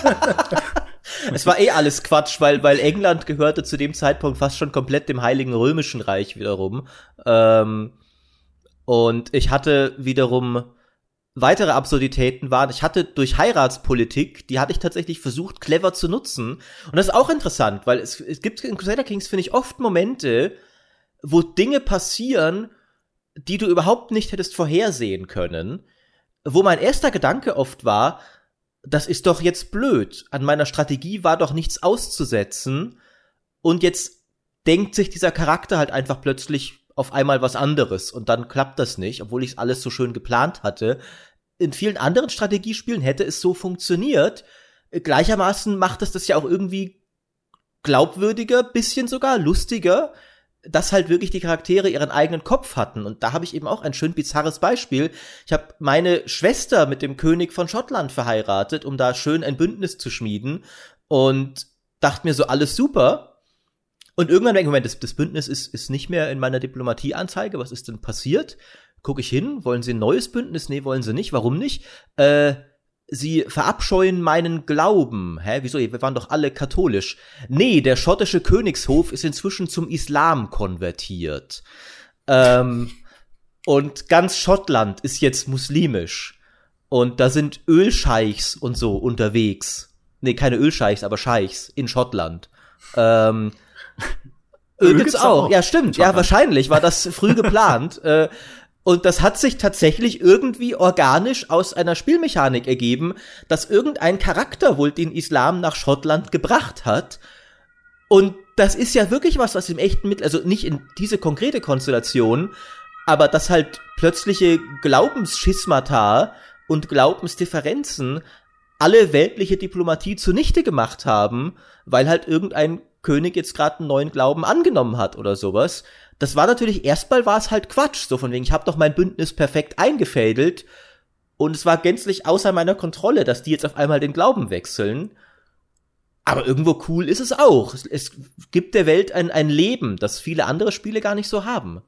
Es war eh alles Quatsch, weil weil England gehörte zu dem Zeitpunkt fast schon komplett dem Heiligen Römischen Reich wiederum. Ähm, Und ich hatte wiederum weitere Absurditäten waren, ich hatte durch Heiratspolitik, die hatte ich tatsächlich versucht, clever zu nutzen. Und das ist auch interessant, weil es, es gibt in Crusader Kings, finde ich, oft Momente, wo Dinge passieren, die du überhaupt nicht hättest vorhersehen können. Wo mein erster Gedanke oft war, das ist doch jetzt blöd. An meiner Strategie war doch nichts auszusetzen. Und jetzt denkt sich dieser Charakter halt einfach plötzlich auf einmal was anderes und dann klappt das nicht, obwohl ich es alles so schön geplant hatte. In vielen anderen Strategiespielen hätte es so funktioniert. Gleichermaßen macht es das ja auch irgendwie glaubwürdiger, bisschen sogar lustiger, dass halt wirklich die Charaktere ihren eigenen Kopf hatten. Und da habe ich eben auch ein schön bizarres Beispiel. Ich habe meine Schwester mit dem König von Schottland verheiratet, um da schön ein Bündnis zu schmieden und dachte mir so, alles super. Und irgendwann denke ich, Moment, das, das Bündnis ist, ist nicht mehr in meiner Diplomatieanzeige. Was ist denn passiert? Gucke ich hin, wollen sie ein neues Bündnis? Nee, wollen sie nicht. Warum nicht? Äh, sie verabscheuen meinen Glauben. Hä, wieso? Wir waren doch alle katholisch. Nee, der schottische Königshof ist inzwischen zum Islam konvertiert. Ähm, und ganz Schottland ist jetzt muslimisch. Und da sind Ölscheichs und so unterwegs. Nee, keine Ölscheichs, aber Scheichs in Schottland. Ähm, Öl gibt's auch. auch. Ja, stimmt. Ja, wahrscheinlich war das früh geplant. äh, und das hat sich tatsächlich irgendwie organisch aus einer Spielmechanik ergeben, dass irgendein Charakter wohl den Islam nach Schottland gebracht hat. Und das ist ja wirklich was, was im echten Mittel, also nicht in diese konkrete Konstellation, aber dass halt plötzliche Glaubensschismata und Glaubensdifferenzen alle weltliche Diplomatie zunichte gemacht haben, weil halt irgendein König jetzt gerade einen neuen Glauben angenommen hat oder sowas. Das war natürlich, erstmal war es halt Quatsch, so von wegen, ich habe doch mein Bündnis perfekt eingefädelt und es war gänzlich außer meiner Kontrolle, dass die jetzt auf einmal den Glauben wechseln. Aber irgendwo cool ist es auch. Es, es gibt der Welt ein, ein Leben, das viele andere Spiele gar nicht so haben.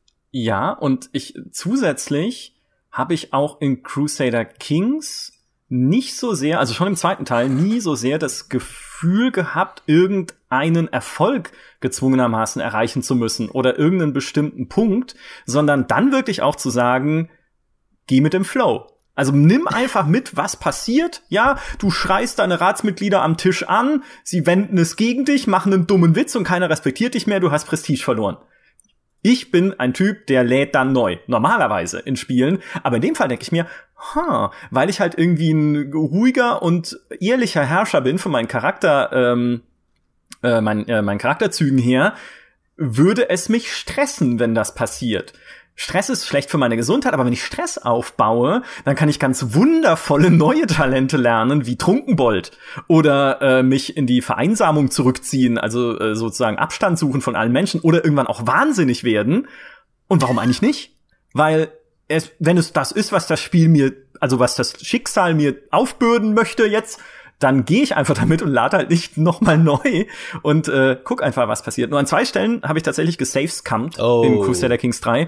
Ja, und ich zusätzlich habe ich auch in Crusader Kings nicht so sehr, also schon im zweiten Teil, nie so sehr das Gefühl gehabt, irgendeinen Erfolg gezwungenermaßen erreichen zu müssen oder irgendeinen bestimmten Punkt, sondern dann wirklich auch zu sagen, geh mit dem Flow. Also nimm einfach mit, was passiert. Ja, du schreist deine Ratsmitglieder am Tisch an, sie wenden es gegen dich, machen einen dummen Witz und keiner respektiert dich mehr, du hast Prestige verloren. Ich bin ein Typ, der lädt dann neu, normalerweise in Spielen. Aber in dem Fall denke ich mir, ha, weil ich halt irgendwie ein ruhiger und ehrlicher Herrscher bin von meinen Charakter, ähm, äh, mein, äh, meinen Charakterzügen her, würde es mich stressen, wenn das passiert. Stress ist schlecht für meine Gesundheit, aber wenn ich Stress aufbaue, dann kann ich ganz wundervolle neue Talente lernen, wie Trunkenbold oder äh, mich in die Vereinsamung zurückziehen, also äh, sozusagen Abstand suchen von allen Menschen oder irgendwann auch wahnsinnig werden. Und warum eigentlich nicht? Weil es, wenn es das ist, was das Spiel mir, also was das Schicksal mir aufbürden möchte jetzt, dann gehe ich einfach damit und lade halt nicht nochmal neu und äh, guck einfach, was passiert. Nur an zwei Stellen habe ich tatsächlich gesavescampt oh. in Crusader Kings drei.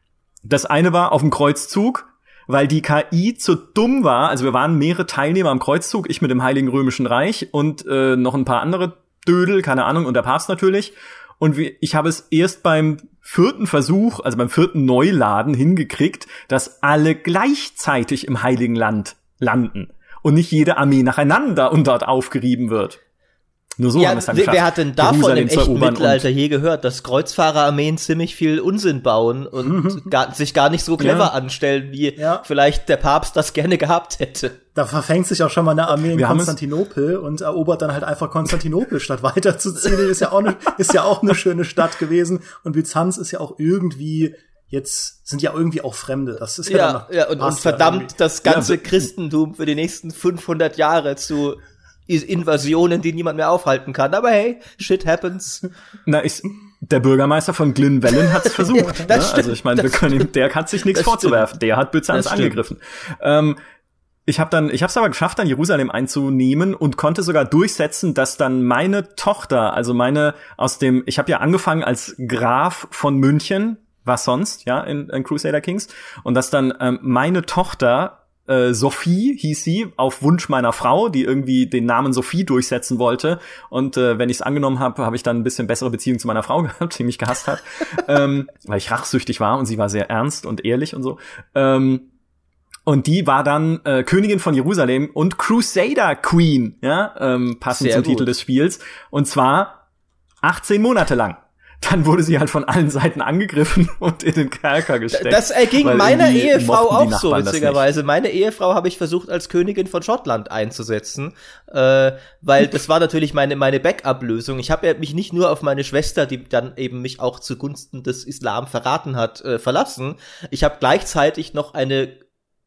Das eine war auf dem Kreuzzug, weil die K I zu dumm war. Also wir waren mehrere Teilnehmer am Kreuzzug, ich mit dem Heiligen Römischen Reich und äh, noch ein paar andere Dödel, keine Ahnung, und der Papst natürlich. Und wie, ich habe es erst beim vierten Versuch, also beim vierten Neuladen hingekriegt, dass alle gleichzeitig im Heiligen Land landen und nicht jede Armee nacheinander und dort aufgerieben wird. Nur so ja, haben wir es dann wer, geschafft. wer hat denn davon Jerusalem im echten Mittelalter und je gehört, dass Kreuzfahrerarmeen ziemlich viel Unsinn bauen und gar, sich gar nicht so clever Ja. anstellen, wie Ja. vielleicht der Papst das gerne gehabt hätte. Da verfängt sich auch schon mal eine Armee in Wir haben es- Konstantinopel und erobert dann halt einfach Konstantinopel, statt weiterzuziehen. Ist ja auch eine, ist ja auch eine schöne Stadt gewesen. Und Byzanz ist ja auch irgendwie, jetzt sind ja irgendwie auch Fremde. Das ist ja, dann Ja, noch, ja und, und passt ja verdammt irgendwie. das ganze Ja, Christentum für die nächsten fünfhundert Jahre zu I- Invasionen, die niemand mehr aufhalten kann. Aber hey, shit happens. Na, ich, der Bürgermeister von Glynwellen hat's versucht. Ja, das ne? Also ich meine, wir das können ihm, der hat sich nichts Das vorzuwerfen. Der hat Byzanz Das stimmt. angegriffen. Ähm, ich habe dann, ich habe es aber geschafft, dann Jerusalem einzunehmen und konnte sogar durchsetzen, dass dann meine Tochter, also meine aus dem, ich habe ja angefangen als Graf von München, was sonst, ja, in, in Crusader Kings, und dass dann ähm, meine Tochter Äh, Sophie hieß sie, auf Wunsch meiner Frau, die irgendwie den Namen Sophie durchsetzen wollte. Und äh, wenn ich es angenommen habe, habe ich dann ein bisschen bessere Beziehung zu meiner Frau gehabt, die mich gehasst hat. ähm, weil ich rachsüchtig war und sie war sehr ernst und ehrlich und so. Ähm, und die war dann äh, Königin von Jerusalem und Crusader Queen, ja, ähm, passend Sehr zum gut. Titel des Spiels. Und zwar achtzehn Monate lang. Dann wurde sie halt von allen Seiten angegriffen und in den Kerker gesteckt. Das erging weil meiner irgendwie Ehefrau mochten die auch so, Nachbarn das witzigerweise. Meine Ehefrau habe ich versucht, als Königin von Schottland einzusetzen, äh, weil das war natürlich meine meine Backup-Lösung. Ich habe ja mich nicht nur auf meine Schwester, die dann eben mich auch zugunsten des Islam verraten hat, äh, verlassen. Ich habe gleichzeitig noch eine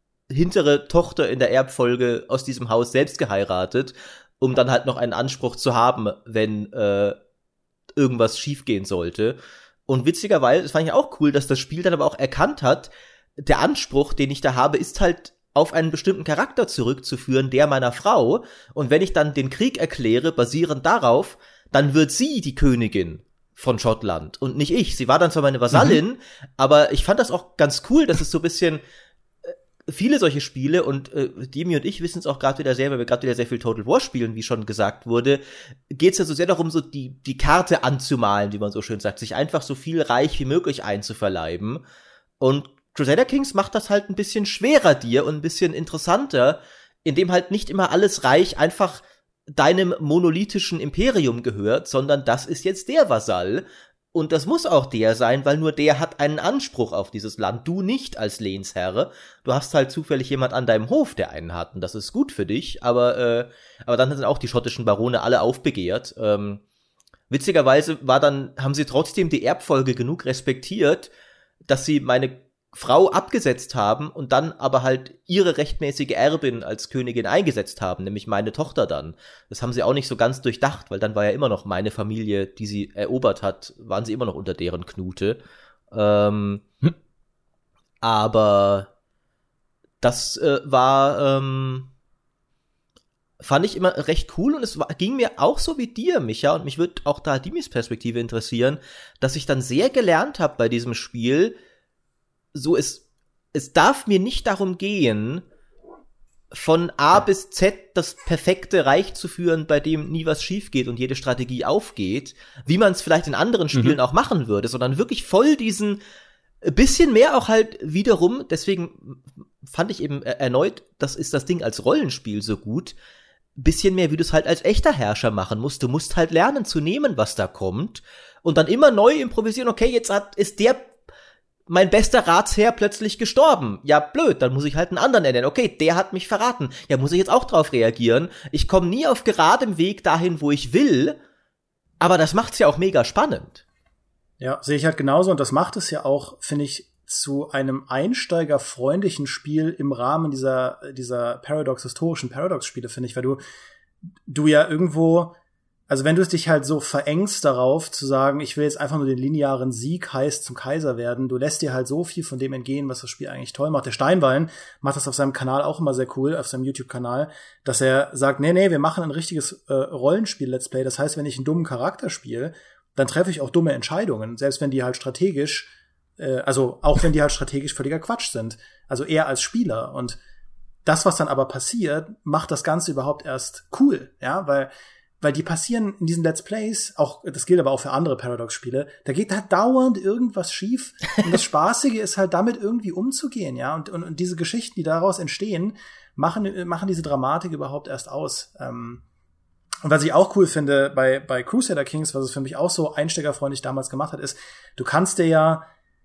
hintere Tochter in der Erbfolge aus diesem Haus selbst geheiratet, um dann halt noch einen Anspruch zu haben, wenn äh, irgendwas schiefgehen sollte. Und witzigerweise, das fand ich auch cool, dass das Spiel dann aber auch erkannt hat, der Anspruch, den ich da habe, ist halt auf einen bestimmten Charakter zurückzuführen, der meiner Frau. Und wenn ich dann den Krieg erkläre, basierend darauf, dann wird sie die Königin von Schottland und nicht ich. Sie war dann zwar meine Vasallin, mhm. aber ich fand das auch ganz cool, dass es so ein bisschen viele solche Spiele, und äh, Demi und ich wissen es auch gerade wieder sehr, weil wir gerade wieder sehr viel Total War spielen, wie schon gesagt wurde, geht es ja so sehr darum, so die die Karte anzumalen, wie man so schön sagt, sich einfach so viel Reich wie möglich einzuverleiben. Und Crusader Kings macht das halt ein bisschen schwerer dir und ein bisschen interessanter, indem halt nicht immer alles Reich einfach deinem monolithischen Imperium gehört, sondern das ist jetzt der Vasall. Und das muss auch der sein, weil nur der hat einen Anspruch auf dieses Land. Du nicht als Lehnsherr. Du hast halt zufällig jemand an deinem Hof, der einen hat. Und das ist gut für dich. Aber, äh, aber dann sind auch die schottischen Barone alle aufbegehrt. Ähm, witzigerweise war dann, haben sie trotzdem die Erbfolge genug respektiert, dass sie meine Frau abgesetzt haben und dann aber halt ihre rechtmäßige Erbin als Königin eingesetzt haben, nämlich meine Tochter dann. Das haben sie auch nicht so ganz durchdacht, weil dann war ja immer noch meine Familie, die sie erobert hat, waren sie immer noch unter deren Knute. Ähm, hm. Aber das äh, war, ähm, fand ich immer recht cool, und es war, ging mir auch so wie dir, Micha, und mich würde auch da Dimis Perspektive interessieren, dass ich dann sehr gelernt habe bei diesem Spiel, so, es, es darf mir nicht darum gehen, von A bis Z das perfekte Reich zu führen, bei dem nie was schief geht und jede Strategie aufgeht, wie man es vielleicht in anderen Spielen mhm. auch machen würde, sondern wirklich voll diesen bisschen mehr auch halt wiederum, deswegen fand ich eben erneut, das ist das Ding als Rollenspiel so gut, bisschen mehr, wie du es halt als echter Herrscher machen musst. Du musst halt lernen zu nehmen, was da kommt und dann immer neu improvisieren, okay, jetzt hat, ist der mein bester Ratsherr plötzlich gestorben. Ja, blöd, dann muss ich halt einen anderen ernennen. Okay, der hat mich verraten. Ja, muss ich jetzt auch drauf reagieren. Ich komme nie auf geradem Weg dahin, wo ich will, aber das macht's ja auch mega spannend. Ja, sehe ich halt genauso und das macht es ja auch, finde ich, zu einem einsteigerfreundlichen Spiel im Rahmen dieser dieser Paradox, historischen Paradox-Spiele, finde ich, weil du du ja irgendwo, also wenn du es dich halt so verengst darauf, zu sagen, ich will jetzt einfach nur den linearen Sieg, heißt zum Kaiser werden, du lässt dir halt so viel von dem entgehen, was das Spiel eigentlich toll macht. Der Steinwallen macht das auf seinem Kanal auch immer sehr cool, auf seinem YouTube-Kanal, dass er sagt, nee, nee, wir machen ein richtiges äh, Rollenspiel-Let's Play. Das heißt, wenn ich einen dummen Charakter spiele, dann treffe ich auch dumme Entscheidungen, selbst wenn die halt strategisch, äh, also auch wenn die halt strategisch völliger Quatsch sind. Also eher als Spieler. Und das, was dann aber passiert, macht das Ganze überhaupt erst cool, ja, weil Weil die passieren in diesen Let's Plays, auch, das gilt aber auch für andere Paradox-Spiele, da geht halt dauernd irgendwas schief. Und das Spaßige ist halt, damit irgendwie umzugehen, ja. Und, und, und diese Geschichten, die daraus entstehen, machen, machen diese Dramatik überhaupt erst aus. Ähm, und was ich auch cool finde bei, bei Crusader Kings, was es für mich auch so einsteigerfreundlich damals gemacht hat, ist, du kannst dir ja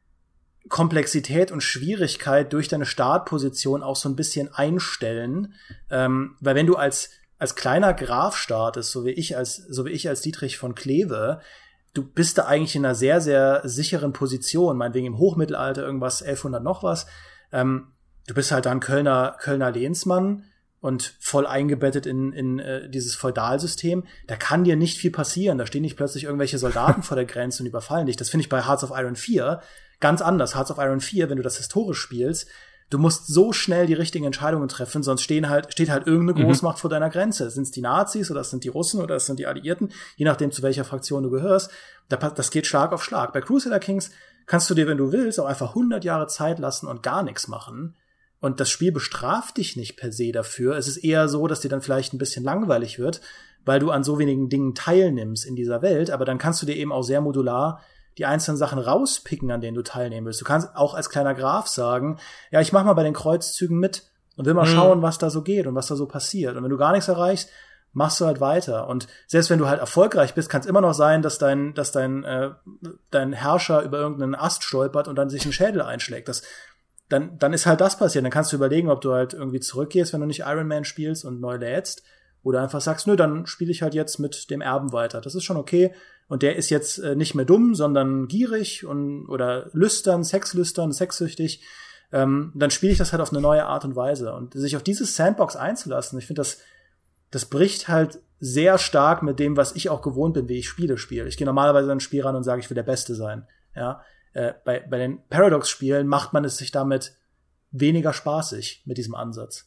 Komplexität und Schwierigkeit durch deine Startposition auch so ein bisschen einstellen. Ähm, weil wenn du als als kleiner Graf startest, so wie ich als, so wie ich als Dietrich von Kleve, du bist da eigentlich in einer sehr, sehr sicheren Position, meinetwegen im Hochmittelalter irgendwas, elfhundert noch was. Ähm, du bist halt dann Kölner, Kölner Lehnsmann und voll eingebettet in, in äh, dieses Feudalsystem. Da kann dir nicht viel passieren. Da stehen nicht plötzlich irgendwelche Soldaten vor der Grenze und überfallen dich. Das finde ich bei Hearts of Iron vier ganz anders. Hearts of Iron vier, wenn du das historisch spielst, du musst so schnell die richtigen Entscheidungen treffen, sonst stehen halt, steht halt irgendeine Großmacht mhm. vor deiner Grenze. Sind es die Nazis oder sind die Russen oder sind die Alliierten, je nachdem, zu welcher Fraktion du gehörst. Das geht Schlag auf Schlag. Bei Crusader Kings kannst du dir, wenn du willst, auch einfach hundert Jahre Zeit lassen und gar nichts machen. Und das Spiel bestraft dich nicht per se dafür. Es ist eher so, dass dir dann vielleicht ein bisschen langweilig wird, weil du an so wenigen Dingen teilnimmst in dieser Welt. Aber dann kannst du dir eben auch sehr modular die einzelnen Sachen rauspicken, an denen du teilnehmen willst. Du kannst auch als kleiner Graf sagen, ja, ich mach mal bei den Kreuzzügen mit und will mal mhm. schauen, was da so geht und was da so passiert. Und wenn du gar nichts erreichst, machst du halt weiter. Und selbst wenn du halt erfolgreich bist, kann es immer noch sein, dass dein, dass dein, äh, dein Herrscher über irgendeinen Ast stolpert und dann sich einen Schädel einschlägt. Das, dann, dann ist halt das passiert. Dann kannst du überlegen, ob du halt irgendwie zurückgehst, wenn du nicht Iron Man spielst und neu lädst. Oder einfach sagst, nö, dann spiele ich halt jetzt mit dem Erben weiter. Das ist schon okay. Und der ist jetzt äh, nicht mehr dumm, sondern gierig und oder lüstern, sexlüstern, sexsüchtig. Ähm, dann spiele ich das halt auf eine neue Art und Weise. Und sich auf dieses Sandbox einzulassen, ich finde, das, das bricht halt sehr stark mit dem, was ich auch gewohnt bin, wie ich Spiele spiele. Ich gehe normalerweise in ein Spiel ran und sage, ich will der Beste sein. Ja, äh, bei, bei den Paradox-Spielen macht man es sich damit weniger spaßig mit diesem Ansatz.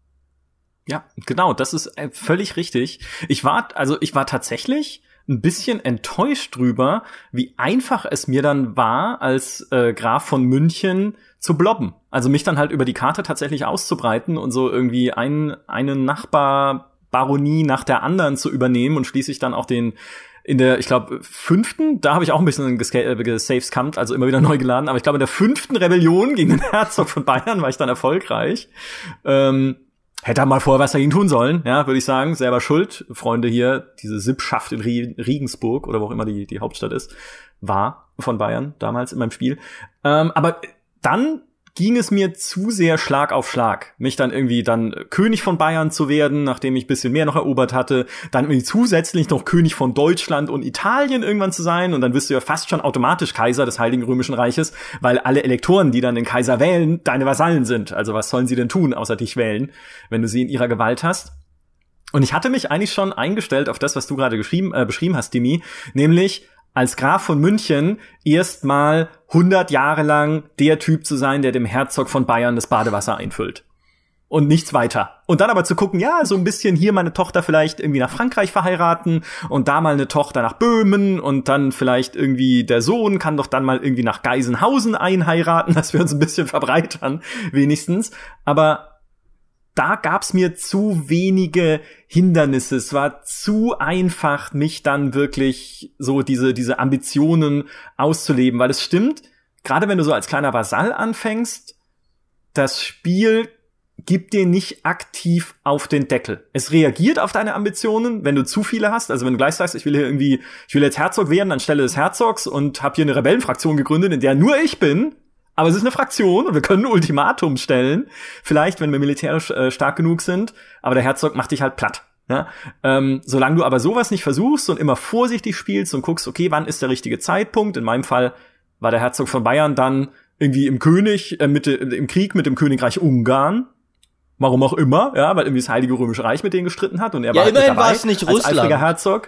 Ja, genau, das ist völlig richtig. Ich war, also ich war tatsächlich ein bisschen enttäuscht drüber, wie einfach es mir dann war, als äh, Graf von München zu blobben. Also mich dann halt über die Karte tatsächlich auszubreiten und so irgendwie ein, eine Nachbarbaronie nach der anderen zu übernehmen und schließlich dann auch den in der, ich glaube, fünften, da habe ich auch ein bisschen gesavescamped, also immer wieder neu geladen, aber ich glaube, in der fünften Rebellion gegen den Herzog von Bayern war ich dann erfolgreich. Ähm, Hätte er mal vorher was dagegen tun sollen, ja, würde ich sagen. Selber schuld. Freunde hier, diese Sippschaft in Regensburg oder wo auch immer die, die Hauptstadt ist, war von Bayern damals in meinem Spiel. Ähm, aber dann ging es mir zu sehr Schlag auf Schlag, mich dann irgendwie dann König von Bayern zu werden, nachdem ich ein bisschen mehr noch erobert hatte, dann irgendwie zusätzlich noch König von Deutschland und Italien irgendwann zu sein und dann bist du ja fast schon automatisch Kaiser des Heiligen Römischen Reiches, weil alle Elektoren, die dann den Kaiser wählen, deine Vasallen sind. Also was sollen sie denn tun, außer dich wählen, wenn du sie in ihrer Gewalt hast? Und ich hatte mich eigentlich schon eingestellt auf das, was du gerade geschrieben, äh, beschrieben hast, Dimi, nämlich als Graf von München erstmal hundert Jahre lang der Typ zu sein, der dem Herzog von Bayern das Badewasser einfüllt. Und nichts weiter. Und dann aber zu gucken, ja, so ein bisschen hier meine Tochter vielleicht irgendwie nach Frankreich verheiraten und da mal eine Tochter nach Böhmen und dann vielleicht irgendwie der Sohn kann doch dann mal irgendwie nach Geisenhausen einheiraten, dass wir uns ein bisschen verbreitern, wenigstens. Aber da gab's mir zu wenige Hindernisse. Es war zu einfach, mich dann wirklich so diese diese Ambitionen auszuleben, weil es stimmt, gerade wenn du so als kleiner Vasall anfängst, das Spiel gibt dir nicht aktiv auf den Deckel. Es reagiert auf deine Ambitionen, wenn du zu viele hast. Also wenn du gleich sagst, ich will hier irgendwie, ich will jetzt Herzog werden anstelle des Herzogs und habe hier eine Rebellenfraktion gegründet, in der nur ich bin. Aber es ist eine Fraktion und wir können ein Ultimatum stellen. Vielleicht, wenn wir militärisch äh, stark genug sind. Aber der Herzog macht dich halt platt. Ja? Ähm, solange du aber sowas nicht versuchst und immer vorsichtig spielst und guckst, okay, wann ist der richtige Zeitpunkt? In meinem Fall war der Herzog von Bayern dann irgendwie im König, äh, mit, im Krieg mit dem Königreich Ungarn. Warum auch immer, ja, weil irgendwie das Heilige Römische Reich mit denen gestritten hat und er ja, war halt immerhin dabei war es nicht als Russland. eifriger Herzog.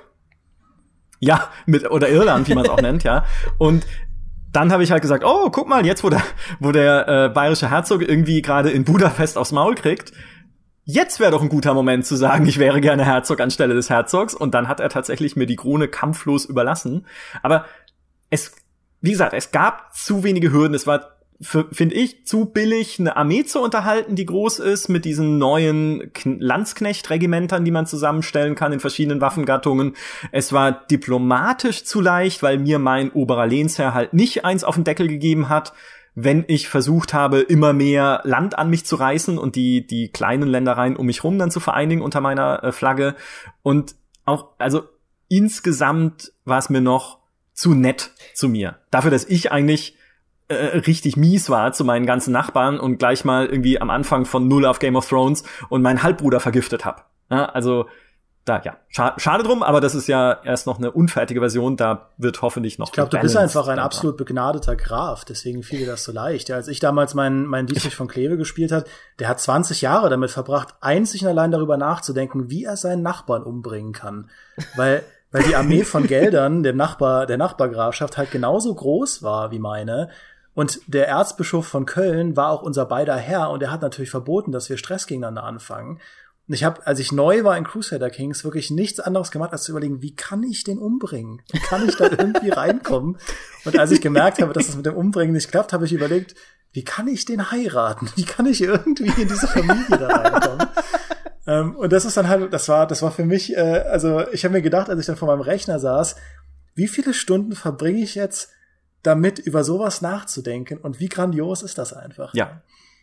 Ja, mit oder Irland, wie man es auch nennt, ja. Und dann habe ich halt gesagt, oh, guck mal, jetzt wo der wo der äh, bayerische Herzog irgendwie gerade in Budapest aufs Maul kriegt, jetzt wäre doch ein guter Moment zu sagen, ich wäre gerne Herzog anstelle des Herzogs. Und dann hat er tatsächlich mir die Krone kampflos überlassen. Aber es, wie gesagt, es gab zu wenige Hürden. Es war, finde ich, zu billig, eine Armee zu unterhalten, die groß ist, mit diesen neuen K- Landsknecht-Regimentern, die man zusammenstellen kann in verschiedenen Waffengattungen. Es war diplomatisch zu leicht, weil mir mein oberer Lehnsherr halt nicht eins auf den Deckel gegeben hat, wenn ich versucht habe, immer mehr Land an mich zu reißen und die die kleinen Ländereien um mich rum dann zu vereinigen unter meiner äh, Flagge. Und auch, also insgesamt war es mir noch zu nett zu mir. Dafür, dass ich eigentlich Äh, richtig mies war zu meinen ganzen Nachbarn und gleich mal irgendwie am Anfang von null auf Game of Thrones und meinen Halbbruder vergiftet hab. Ja, also da, ja, schade, schade drum, aber das ist ja erst noch eine unfertige Version, da wird hoffentlich noch. Ich glaube, du bist einfach ein absolut begnadeter Graf, deswegen fiel dir das so leicht. Ja, als ich damals meinen meinen Dietrich von Kleve gespielt hat, der hat zwanzig Jahre damit verbracht, einzig und allein darüber nachzudenken, wie er seinen Nachbarn umbringen kann. Weil weil die Armee von Geldern, dem Nachbar, der Nachbargrafschaft halt genauso groß war wie meine. Und der Erzbischof von Köln war auch unser beider Herr und er hat natürlich verboten, dass wir Stress gegeneinander anfangen. Und ich habe, als ich neu war in Crusader Kings, wirklich nichts anderes gemacht, als zu überlegen, wie kann ich den umbringen? Wie kann ich da irgendwie reinkommen? Und als ich gemerkt habe, dass das mit dem Umbringen nicht klappt, habe ich überlegt, wie kann ich den heiraten? Wie kann ich irgendwie in diese Familie da reinkommen? ähm, und das ist dann halt, das war, das war für mich, äh, also ich habe mir gedacht, als ich dann vor meinem Rechner saß, wie viele Stunden verbringe ich jetzt damit über sowas nachzudenken und wie grandios ist das einfach. Ja.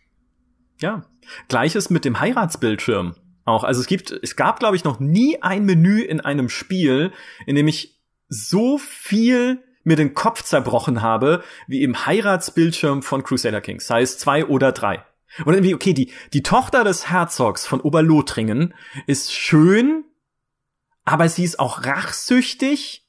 Ja. Gleiches mit dem Heiratsbildschirm auch. Also es gibt, es gab, glaube ich, noch nie ein Menü in einem Spiel, in dem ich so viel mir den Kopf zerbrochen habe, wie im Heiratsbildschirm von Crusader Kings. Sei es zwei oder drei. Und irgendwie, okay, die, die Tochter des Herzogs von Oberlothringen ist schön, aber sie ist auch rachsüchtig,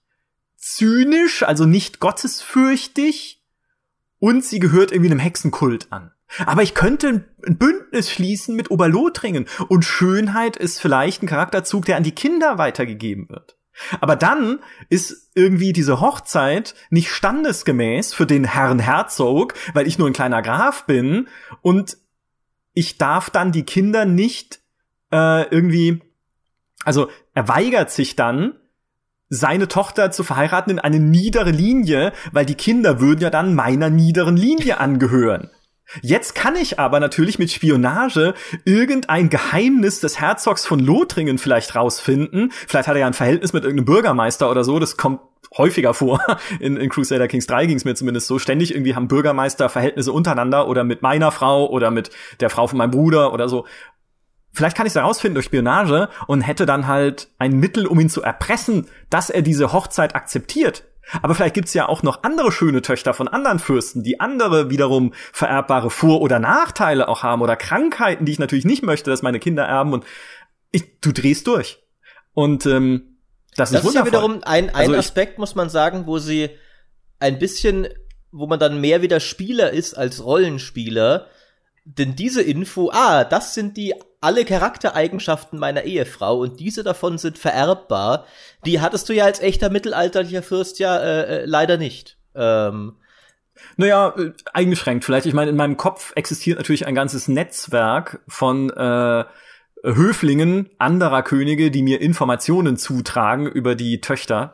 zynisch, also nicht gottesfürchtig, und sie gehört irgendwie einem Hexenkult an. Aber ich könnte ein Bündnis schließen mit Oberlothringen und Schönheit ist vielleicht ein Charakterzug, der an die Kinder weitergegeben wird. Aber dann ist irgendwie diese Hochzeit nicht standesgemäß für den Herrn Herzog, weil ich nur ein kleiner Graf bin und ich darf dann die Kinder nicht äh, irgendwie, also er weigert sich dann, seine Tochter zu verheiraten in eine niedere Linie, weil die Kinder würden ja dann meiner niederen Linie angehören. Jetzt kann ich aber natürlich mit Spionage irgendein Geheimnis des Herzogs von Lothringen vielleicht rausfinden. Vielleicht hat er ja ein Verhältnis mit irgendeinem Bürgermeister oder so. Das kommt häufiger vor. In, in Crusader Kings drei ging es mir zumindest so. Ständig irgendwie haben Bürgermeister Verhältnisse untereinander oder mit meiner Frau oder mit der Frau von meinem Bruder oder so. Vielleicht kann ich es herausfinden durch Spionage und hätte dann halt ein Mittel, um ihn zu erpressen, dass er diese Hochzeit akzeptiert. Aber vielleicht gibt's ja auch noch andere schöne Töchter von anderen Fürsten, die andere wiederum vererbbare Vor- oder Nachteile auch haben oder Krankheiten, die ich natürlich nicht möchte, dass meine Kinder erben. Und ich, du drehst durch. Und ähm, das, das ist wundervoll. Das ist ja wiederum ein, ein also Aspekt, muss man sagen, wo sie ein bisschen, wo man dann mehr wieder Spieler ist als Rollenspieler. Denn diese Info, ah, das sind die alle Charaktereigenschaften meiner Ehefrau und diese davon sind vererbbar, die hattest du ja als echter mittelalterlicher Fürst ja äh, leider nicht. Ähm. Naja, äh, eingeschränkt vielleicht. Ich meine, in meinem Kopf existiert natürlich ein ganzes Netzwerk von äh, Höflingen anderer Könige, die mir Informationen zutragen über die Töchter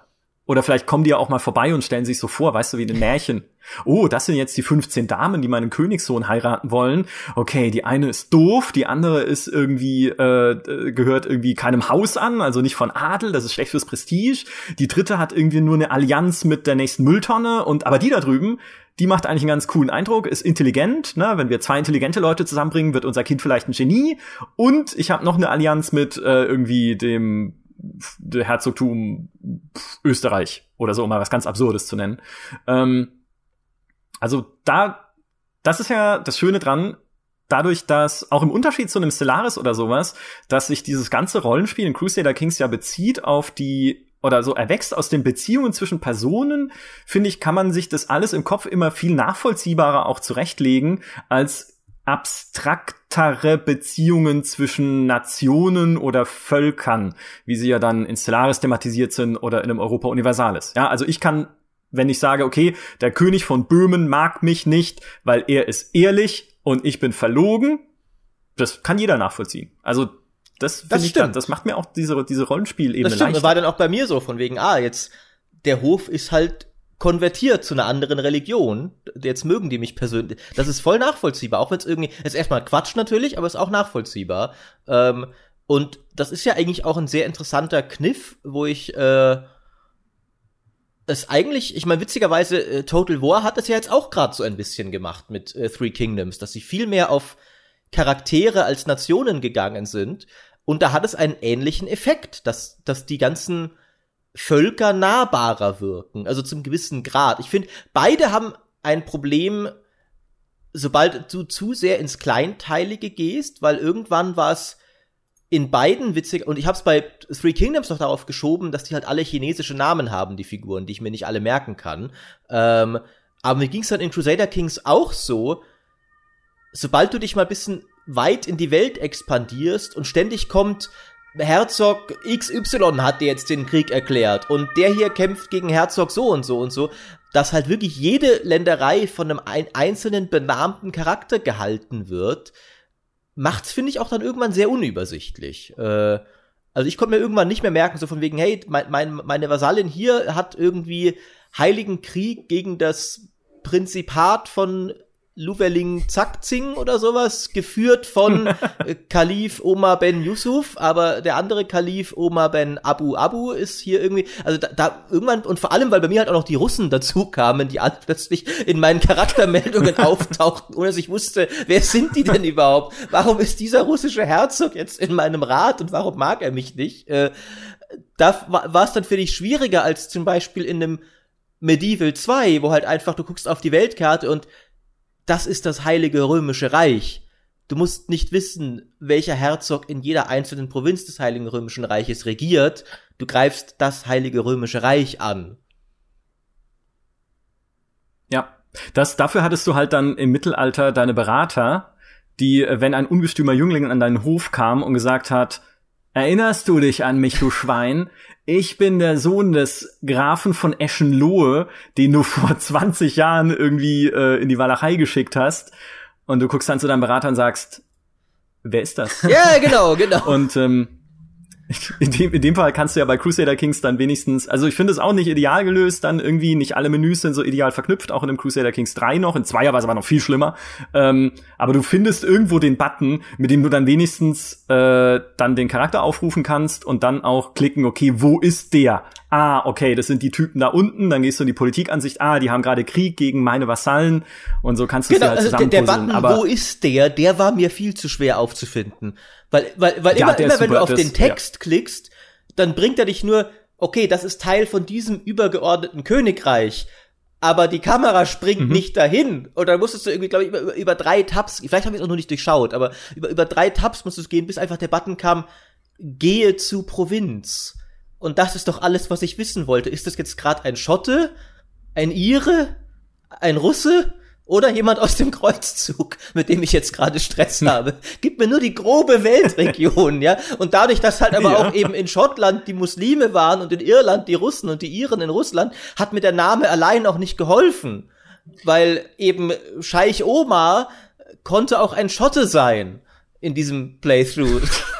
Oder vielleicht kommen die ja auch mal vorbei und stellen sich so vor, weißt du, wie in den Märchen. Oh, das sind jetzt die fünfzehn Damen, die meinen Königssohn heiraten wollen. Okay, die eine ist doof, die andere ist irgendwie, äh, gehört irgendwie keinem Haus an, also nicht von Adel, das ist schlecht fürs Prestige. Die dritte hat irgendwie nur eine Allianz mit der nächsten Mülltonne und, aber die da drüben, die macht eigentlich einen ganz coolen Eindruck, ist intelligent, ne? Wenn wir zwei intelligente Leute zusammenbringen, wird unser Kind vielleicht ein Genie. Und ich habe noch eine Allianz mit äh, irgendwie dem Herzogtum Österreich oder so, um mal was ganz Absurdes zu nennen. Ähm, also da, das ist ja das Schöne dran, dadurch, dass auch im Unterschied zu einem Stellaris oder sowas, dass sich dieses ganze Rollenspiel in Crusader Kings ja bezieht auf die, oder so erwächst aus den Beziehungen zwischen Personen, finde ich, kann man sich das alles im Kopf immer viel nachvollziehbarer auch zurechtlegen, als abstraktere Beziehungen zwischen Nationen oder Völkern, wie sie ja dann in Stellaris thematisiert sind oder in einem Europa Universalis. Ja, also ich kann, wenn ich sage, okay, der König von Böhmen mag mich nicht, weil er ist ehrlich und ich bin verlogen, das kann jeder nachvollziehen. Also das finde ich dann, das macht mir auch diese diese Rollenspielebene leichter. Das stimmt, leichter. war dann auch bei mir so, von wegen, ah, jetzt, der Hof ist halt konvertiert zu einer anderen Religion. Jetzt mögen die mich persönlich. Das ist voll nachvollziehbar, auch wenn es irgendwie, ist erstmal Quatsch natürlich, aber ist auch nachvollziehbar. Ähm, und das ist ja eigentlich auch ein sehr interessanter Kniff, wo ich äh, es eigentlich, ich meine, witzigerweise, äh, Total War hat das ja jetzt auch gerade so ein bisschen gemacht mit äh, Three Kingdoms, dass sie viel mehr auf Charaktere als Nationen gegangen sind. Und da hat es einen ähnlichen Effekt, dass, dass die ganzen Völker nahbarer wirken, also zum gewissen Grad. Ich finde, beide haben ein Problem, sobald du zu sehr ins Kleinteilige gehst, weil irgendwann war es in beiden witzig, und ich habe es bei Three Kingdoms noch darauf geschoben, dass die halt alle chinesische Namen haben, die Figuren, die ich mir nicht alle merken kann. Ähm, aber mir ging es dann in Crusader Kings auch so, sobald du dich mal ein bisschen weit in die Welt expandierst und ständig kommt Herzog X Y hat dir jetzt den Krieg erklärt und der hier kämpft gegen Herzog so und so und so, dass halt wirklich jede Länderei von einem ein- einzelnen benannten Charakter gehalten wird, macht's, finde ich, auch dann irgendwann sehr unübersichtlich. Äh, also ich konnte mir irgendwann nicht mehr merken, so von wegen, hey, mein, mein, meine Vasallin hier hat irgendwie Heiligen Krieg gegen das Prinzipat von Luweling Zakzing oder sowas, geführt von äh, Kalif Omar ben Yusuf, aber der andere Kalif Omar ben Abu Abu ist hier irgendwie, also da, da irgendwann, und vor allem, weil bei mir halt auch noch die Russen dazu kamen, die alle plötzlich in meinen Charaktermeldungen auftauchten, ohne dass ich wusste, wer sind die denn überhaupt? Warum ist dieser russische Herzog jetzt in meinem Rat und warum mag er mich nicht? Äh, da war es dann für dich schwieriger als zum Beispiel in einem Medieval zwei, wo halt einfach, du guckst auf die Weltkarte und das ist das Heilige Römische Reich. Du musst nicht wissen, welcher Herzog in jeder einzelnen Provinz des Heiligen Römischen Reiches regiert. Du greifst das Heilige Römische Reich an. Ja, das, dafür hattest du halt dann im Mittelalter deine Berater, die, wenn ein ungestümer Jüngling an deinen Hof kam und gesagt hat, erinnerst du dich an mich, du Schwein? Ich bin der Sohn des Grafen von Eschenlohe, den du vor zwanzig Jahren irgendwie äh, in die Walachei geschickt hast. Und du guckst dann zu deinem Berater und sagst, wer ist das? Ja, genau, genau. Und ähm, in dem, in dem Fall kannst du ja bei Crusader Kings dann wenigstens, also ich finde es auch nicht ideal gelöst, dann irgendwie nicht alle Menüs sind so ideal verknüpft, auch in dem Crusader Kings drei noch, in Zweier war es aber noch viel schlimmer, ähm, aber du findest irgendwo den Button, mit dem du dann wenigstens äh, dann den Charakter aufrufen kannst und dann auch klicken, okay, wo ist der? Ah, okay, das sind die Typen da unten, dann gehst du in die Politikansicht, ah, die haben gerade Krieg gegen meine Vasallen und so kannst du es genau, dir halt also der, der zusammenpuzzeln. Button, Aber wo ist der, der war mir viel zu schwer aufzufinden. Weil, weil, weil Ja, immer, der immer ist wenn super, du auf das- den Text klickst, dann bringt er dich nur, okay, das ist Teil von diesem übergeordneten Königreich, aber die Kamera springt Mhm. nicht dahin. Und dann musstest du irgendwie, glaube ich, über, über, über drei Tabs, vielleicht habe ich es auch noch nicht durchschaut, aber über, über drei Tabs musstest du gehen, bis einfach der Button kam, gehe zu Provinz. Und das ist doch alles, was ich wissen wollte. Ist das jetzt gerade ein Schotte, ein Ire, ein Russe oder jemand aus dem Kreuzzug, mit dem ich jetzt gerade Stress habe? Gib mir nur die grobe Weltregion, ja? Und dadurch, dass halt aber Ja. auch eben in Schottland die Muslime waren und in Irland die Russen und die Iren in Russland, hat mir der Name allein auch nicht geholfen. Weil eben Scheich Omar konnte auch ein Schotte sein in diesem Playthrough.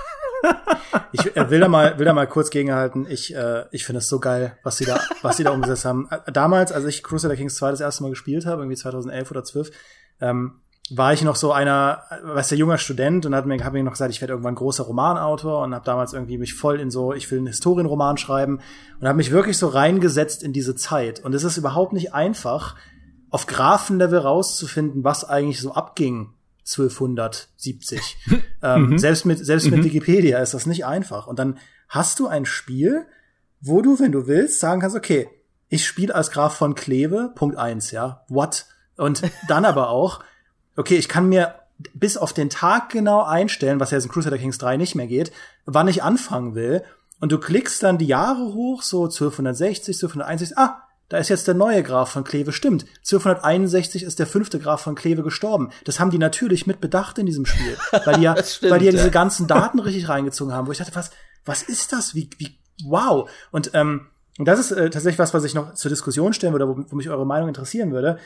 Ich äh, will da mal, will da mal kurz gegenhalten. Ich, äh, ich finde es so geil, was sie da, was sie da umgesetzt haben. Damals, als ich Crusader Kings zwei das erste Mal gespielt habe, irgendwie zweitausendelf oder zwölf, ähm, war ich noch so einer, weißt du, junger Student und hat mir, hab mir noch gesagt, ich werde irgendwann großer Romanautor und habe damals irgendwie mich voll in so, ich will einen Historienroman schreiben und habe mich wirklich so reingesetzt in diese Zeit. Und es ist überhaupt nicht einfach, auf Graphenlevel rauszufinden, was eigentlich so abging zwölfhundertsiebzig. ähm, mhm. Selbst mit, selbst mit mhm. Wikipedia ist das nicht einfach. Und dann hast du ein Spiel, wo du, wenn du willst, sagen kannst, okay, ich spiele als Graf von Kleve, Punkt eins, ja, what? Und dann aber auch, okay, ich kann mir bis auf den Tag genau einstellen, was ja jetzt in Crusader Kings drei nicht mehr geht, wann ich anfangen will. Und du klickst dann die Jahre hoch, so zwölfhundertsechzig, zwölfhunderteinundsechzig, ah, da ist jetzt der neue Graf von Kleve, stimmt. zwölfhunderteinundsechzig ist der fünfte Graf von Kleve gestorben. Das haben die natürlich mit bedacht in diesem Spiel, weil die ja, stimmt, weil die ja, ja diese ganzen Daten richtig reingezogen haben, wo ich dachte, was, was ist das? Wie, wie, wow. Und, ähm, und das ist äh, tatsächlich was, was ich noch zur Diskussion stellen würde, wo, wo mich eure Meinung interessieren würde.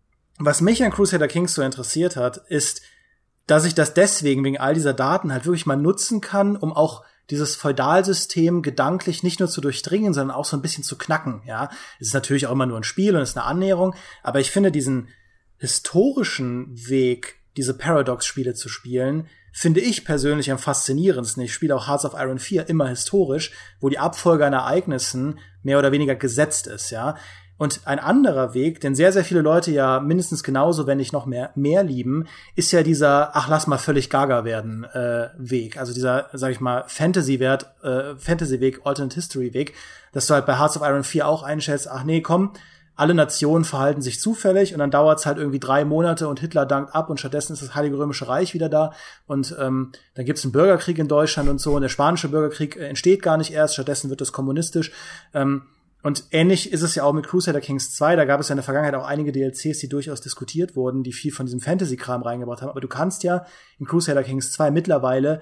Was mich an Crusader Kings so interessiert hat, ist, dass ich das deswegen, wegen all dieser Daten halt wirklich mal nutzen kann, um auch dieses Feudalsystem gedanklich nicht nur zu durchdringen, sondern auch so ein bisschen zu knacken, ja. Es ist natürlich auch immer nur ein Spiel und es ist eine Annäherung, aber ich finde diesen historischen Weg, diese Paradox-Spiele zu spielen, finde ich persönlich am faszinierendsten. Ich spiele auch Hearts of Iron vier immer historisch, wo die Abfolge an Ereignissen mehr oder weniger gesetzt ist, ja. Und ein anderer Weg, den sehr, sehr viele Leute ja mindestens genauso, wenn nicht noch mehr, mehr lieben, ist ja dieser, ach, lass mal völlig gaga werden, äh, Weg. Also dieser, sag ich mal, Fantasy-Wert, äh, Fantasy-Weg, Alternate History-Weg, dass du halt bei Hearts of Iron vier auch einschätzt, ach nee, komm, alle Nationen verhalten sich zufällig und dann dauert's halt irgendwie drei Monate und Hitler dankt ab und stattdessen ist das Heilige Römische Reich wieder da und ähm, dann gibt's einen Bürgerkrieg in Deutschland und so und der spanische Bürgerkrieg äh, entsteht gar nicht erst, stattdessen wird das kommunistisch. Ähm, Und ähnlich ist es ja auch mit Crusader Kings zwei. Da gab es ja in der Vergangenheit auch einige D L Cs, die durchaus diskutiert wurden, die viel von diesem Fantasy-Kram reingebracht haben. Aber du kannst ja in Crusader Kings zwei mittlerweile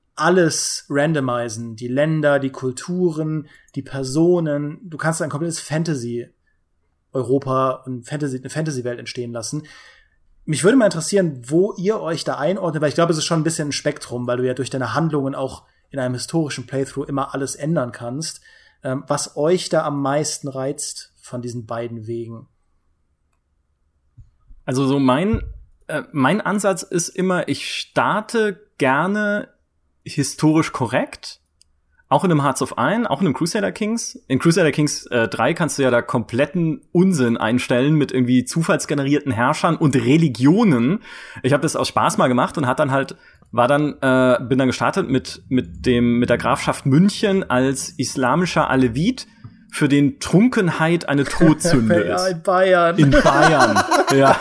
alles randomisieren. Die Länder, die Kulturen, die Personen. Du kannst ein komplettes Fantasy-Europa und Fantasy, eine Fantasy-Welt entstehen lassen. Mich würde mal interessieren, wo ihr euch da einordnet, weil ich glaube, es ist schon ein bisschen ein Spektrum, weil du ja durch deine Handlungen auch in einem historischen Playthrough immer alles ändern kannst. Was euch da am meisten reizt von diesen beiden Wegen? Also so mein äh, mein Ansatz ist immer, ich starte gerne historisch korrekt, auch in einem Hearts of Iron, auch in einem Crusader Kings. In Crusader Kings äh, drei kannst du ja da kompletten Unsinn einstellen mit irgendwie zufallsgenerierten Herrschern und Religionen. Ich habe das aus Spaß mal gemacht und hat dann halt war dann äh, bin dann gestartet mit mit dem mit der Grafschaft München als islamischer Alevit, für den Trunkenheit eine Todsünde ist. Ja, in Bayern. In Bayern, ja.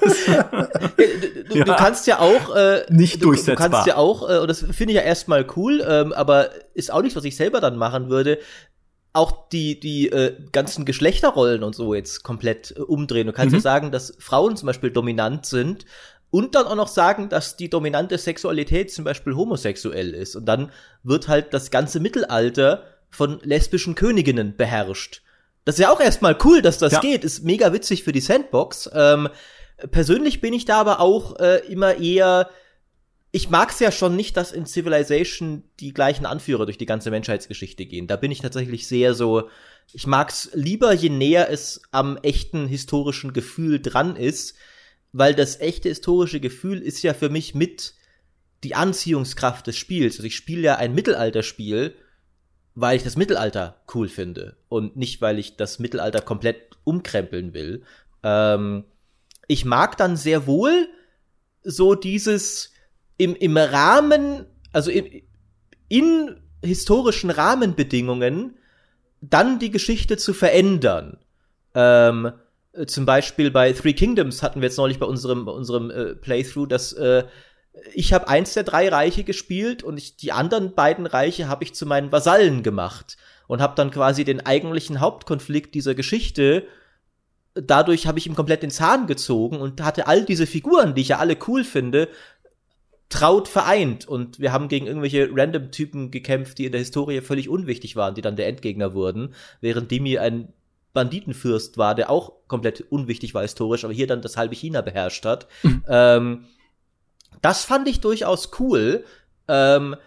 Du, ja. du kannst ja auch äh, nicht du, durchsetzbar. Du kannst ja auch, äh, und das finde ich ja erstmal cool, ähm, aber ist auch nicht, was ich selber dann machen würde, auch die die äh, ganzen Geschlechterrollen und so jetzt komplett äh, umdrehen. Du kannst mhm. ja sagen, dass Frauen zum Beispiel dominant sind. Und dann auch noch sagen, dass die dominante Sexualität zum Beispiel homosexuell ist. Und dann wird halt das ganze Mittelalter von lesbischen Königinnen beherrscht. Das ist ja auch erstmal cool, dass das ja. geht. Ist mega witzig für die Sandbox. Ähm, persönlich bin ich da aber auch äh, immer eher, ich mag's ja schon nicht, dass in Civilization die gleichen Anführer durch die ganze Menschheitsgeschichte gehen. Da bin ich tatsächlich sehr so, ich mag's lieber, je näher es am echten historischen Gefühl dran ist, weil das echte historische Gefühl ist ja für mich mit die Anziehungskraft des Spiels. Also ich spiele ja ein Mittelalterspiel, weil ich das Mittelalter cool finde und nicht, weil ich das Mittelalter komplett umkrempeln will. Ähm, ich mag dann sehr wohl so dieses im, im Rahmen, also im, in historischen Rahmenbedingungen dann die Geschichte zu verändern. Ähm, Zum Beispiel bei Three Kingdoms hatten wir jetzt neulich bei unserem, bei unserem äh, Playthrough, dass äh, ich habe eins der drei Reiche gespielt und ich, die anderen beiden Reiche habe ich zu meinen Vasallen gemacht und habe dann quasi den eigentlichen Hauptkonflikt dieser Geschichte, dadurch habe ich ihm komplett den Zahn gezogen und hatte all diese Figuren, die ich ja alle cool finde, traut vereint. Und wir haben gegen irgendwelche Random-Typen gekämpft, die in der Historie völlig unwichtig waren, die dann der Endgegner wurden, während Demi ein Banditenfürst war, der auch komplett unwichtig war historisch, aber hier dann das halbe China beherrscht hat. Mhm. Ähm, das fand ich durchaus cool. Ähm,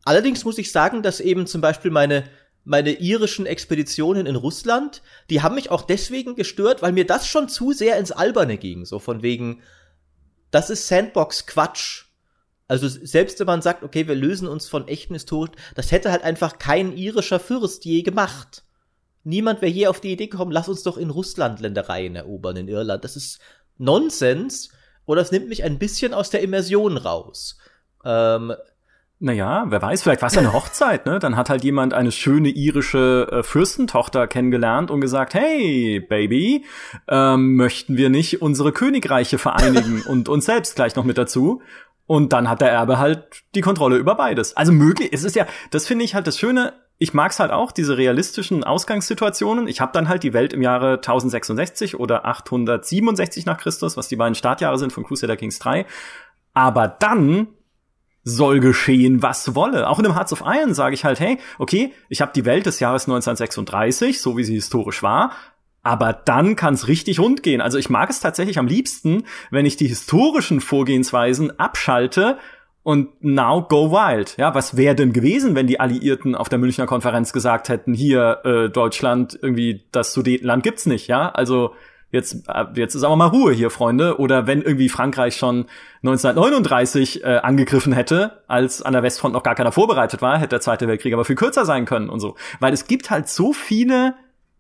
allerdings muss ich sagen, dass eben zum Beispiel meine meine irischen Expeditionen in Russland, die haben mich auch deswegen gestört, weil mir das schon zu sehr ins Alberne ging. So von wegen, das ist Sandbox-Quatsch. Also selbst wenn man sagt, okay, wir lösen uns von echten Historien, das hätte halt einfach kein irischer Fürst je gemacht. Niemand wäre je auf die Idee gekommen, lass uns doch in Russland Ländereien erobern, in Irland. Das ist Nonsens, oder es nimmt mich ein bisschen aus der Immersion raus. Ähm, Naja, wer weiß, vielleicht war es ja eine Hochzeit, ne? Dann hat halt jemand eine schöne irische äh, Fürstentochter kennengelernt und gesagt, hey, Baby, ähm, möchten wir nicht unsere Königreiche vereinigen und uns selbst gleich noch mit dazu? Und dann hat der Erbe halt die Kontrolle über beides. Also möglich, es ist ja, das finde ich halt das Schöne, ich mag's halt auch, diese realistischen Ausgangssituationen. Ich habe dann halt die Welt im Jahre tausendsechsundsechzig oder achthundertsiebenundsechzig nach Christus, was die beiden Startjahre sind von Crusader Kings drei. Aber dann soll geschehen, was wolle. Auch in dem Hearts of Iron sage ich halt, hey, okay, ich habe die Welt des Jahres neunzehnhundertsechsunddreißig, so wie sie historisch war, aber dann kann's richtig rund gehen. Also ich mag es tatsächlich am liebsten, wenn ich die historischen Vorgehensweisen abschalte und now go wild. Ja, was wäre denn gewesen, wenn die Alliierten auf der Münchner Konferenz gesagt hätten, hier, äh, Deutschland, irgendwie, das Sudetenland gibt's nicht, ja? Also Jetzt, jetzt ist aber mal Ruhe hier, Freunde. Oder wenn irgendwie Frankreich schon neunzehnhundertneununddreißig äh, angegriffen hätte, als an der Westfront noch gar keiner vorbereitet war, hätte der Zweite Weltkrieg aber viel kürzer sein können und so. Weil es gibt halt so viele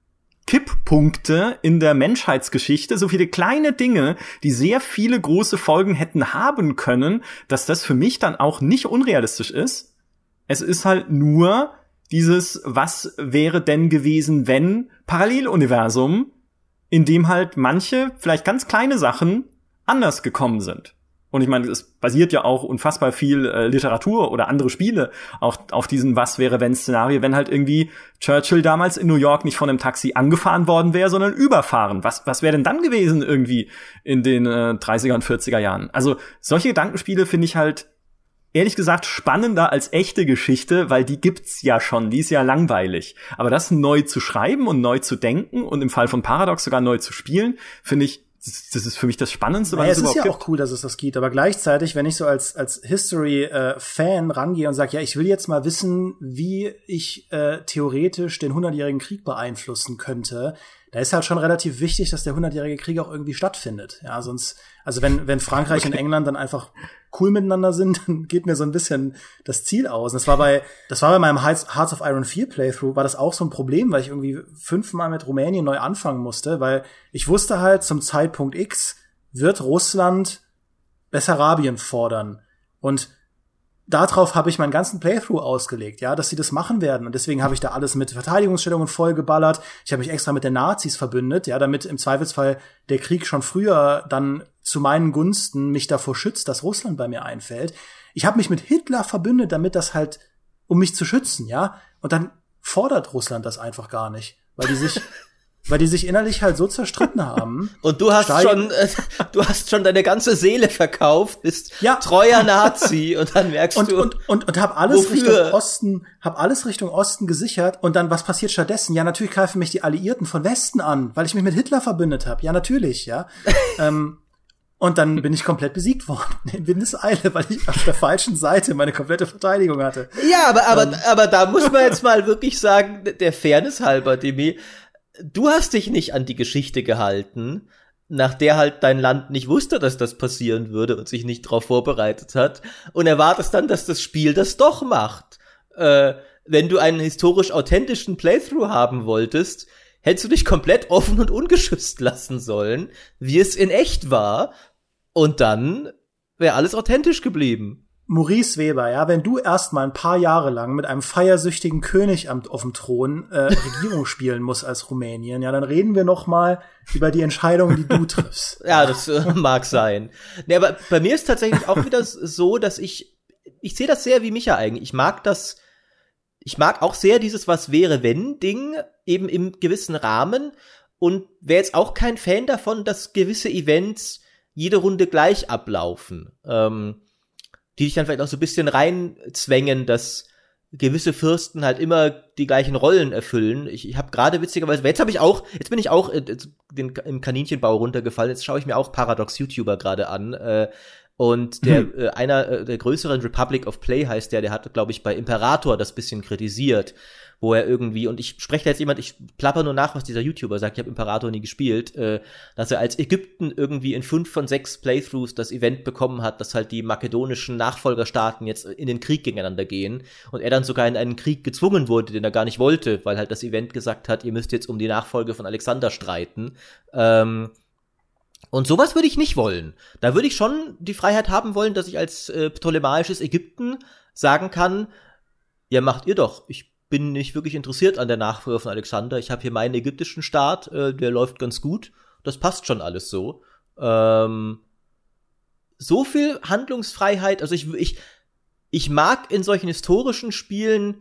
Kipppunkte in der Menschheitsgeschichte, so viele kleine Dinge, die sehr viele große Folgen hätten haben können, dass das für mich dann auch nicht unrealistisch ist. Es ist halt nur dieses, was wäre denn gewesen, wenn Paralleluniversum, in dem halt manche, vielleicht ganz kleine Sachen anders gekommen sind. Und ich meine, es basiert ja auch unfassbar viel äh, Literatur oder andere Spiele auch auf diesen Was-wäre-wenn-Szenario, wenn halt irgendwie Churchill damals in New York nicht von einem Taxi angefahren worden wäre, sondern überfahren. Was was wäre denn dann gewesen irgendwie in den äh, dreißiger und vierziger Jahren? Also solche Gedankenspiele finde ich halt ehrlich gesagt spannender als echte Geschichte, weil die gibt's ja schon, die ist ja langweilig. Aber das neu zu schreiben und neu zu denken und im Fall von Paradox sogar neu zu spielen, finde ich, das ist für mich das Spannendste, was naja, es überhaupt gibt. Es ist ja auch cool, dass es das gibt, aber gleichzeitig, wenn ich so als als History-Fan äh, rangehe und sage, ja, ich will jetzt mal wissen, wie ich äh, theoretisch den hundertjährigen Krieg beeinflussen könnte, da ist halt schon relativ wichtig, dass der hundertjährige Krieg auch irgendwie stattfindet. Ja, sonst, also wenn wenn Frankreich okay. und England dann einfach cool miteinander sind, dann geht mir so ein bisschen das Ziel aus. Und das war bei das war bei meinem Hearts of Iron vier Playthrough, war das auch so ein Problem, weil ich irgendwie fünfmal mit Rumänien neu anfangen musste, weil ich wusste halt, zum Zeitpunkt X wird Russland Bessarabien fordern. Und darauf habe ich meinen ganzen Playthrough ausgelegt, ja, dass sie das machen werden. Und deswegen habe ich da alles mit Verteidigungsstellungen vollgeballert. Ich habe mich extra mit den Nazis verbündet, ja, damit im Zweifelsfall der Krieg schon früher dann zu meinen Gunsten mich davor schützt, dass Russland bei mir einfällt. Ich habe mich mit Hitler verbündet, damit das halt, um mich zu schützen, ja. Und dann fordert Russland das einfach gar nicht, weil die sich weil die sich innerlich halt so zerstritten haben. Und du hast Stein- schon, äh, du hast schon deine ganze Seele verkauft, bist ja. treuer Nazi und dann merkst und, du, und und und hab alles wofür? Richtung Osten, hab alles Richtung Osten gesichert und dann was passiert stattdessen? Ja, natürlich greifen mich die Alliierten von Westen an, weil ich mich mit Hitler verbündet habe. Ja, natürlich, ja. ähm, und dann bin ich komplett besiegt worden in Windeseile, weil ich auf der falschen Seite meine komplette Verteidigung hatte. Ja, aber aber um. aber da muss man jetzt mal wirklich sagen, der Fairness halber, Demi, du hast dich nicht an die Geschichte gehalten, nach der halt dein Land nicht wusste, dass das passieren würde und sich nicht darauf vorbereitet hat und erwartest dann, dass das Spiel das doch macht. Äh, wenn du einen historisch authentischen Playthrough haben wolltest, hättest du dich komplett offen und ungeschützt lassen sollen, wie es in echt war, und dann wäre alles authentisch geblieben. Maurice Weber, ja, wenn du erst mal ein paar Jahre lang mit einem feiersüchtigen König am, auf dem Thron äh, Regierung spielen musst als Rumänien, ja, dann reden wir noch mal über die Entscheidungen, die du triffst. Ja, das äh, mag sein. Nee, aber bei mir ist tatsächlich auch wieder so, dass ich ich sehe das sehr wie Micha eigentlich. Ich mag das, ich mag auch sehr dieses Was-wäre-wenn-Ding eben im gewissen Rahmen und wäre jetzt auch kein Fan davon, dass gewisse Events jede Runde gleich ablaufen. Ähm, die dich dann vielleicht auch so ein bisschen reinzwängen, dass gewisse Fürsten halt immer die gleichen Rollen erfüllen. Ich, ich habe gerade witzigerweise, jetzt habe ich auch, jetzt bin ich auch äh, den, im Kaninchenbau runtergefallen, jetzt schaue ich mir auch Paradox-YouTuber gerade an. Äh, Und der, mhm. äh, einer äh, der größeren Republic of Play heißt der, der hat, glaube ich, bei Imperator das bisschen kritisiert, wo er irgendwie, und ich spreche da jetzt jemand, ich plapper nur nach, was dieser YouTuber sagt, ich habe Imperator nie gespielt, äh, dass er als Ägypten irgendwie in fünf von sechs Playthroughs das Event bekommen hat, dass halt die makedonischen Nachfolgerstaaten jetzt in den Krieg gegeneinander gehen und er dann sogar in einen Krieg gezwungen wurde, den er gar nicht wollte, weil halt das Event gesagt hat, ihr müsst jetzt um die Nachfolge von Alexander streiten. Ähm, Und sowas würde ich nicht wollen. Da würde ich schon die Freiheit haben wollen, dass ich als äh, ptolemäisches Ägypten sagen kann, ja, macht ihr doch. Ich bin nicht wirklich interessiert an der Nachfolge von Alexander. Ich habe hier meinen ägyptischen Staat, äh, der läuft ganz gut. Das passt schon alles so. Ähm, so viel Handlungsfreiheit, also ich, ich, ich mag in solchen historischen Spielen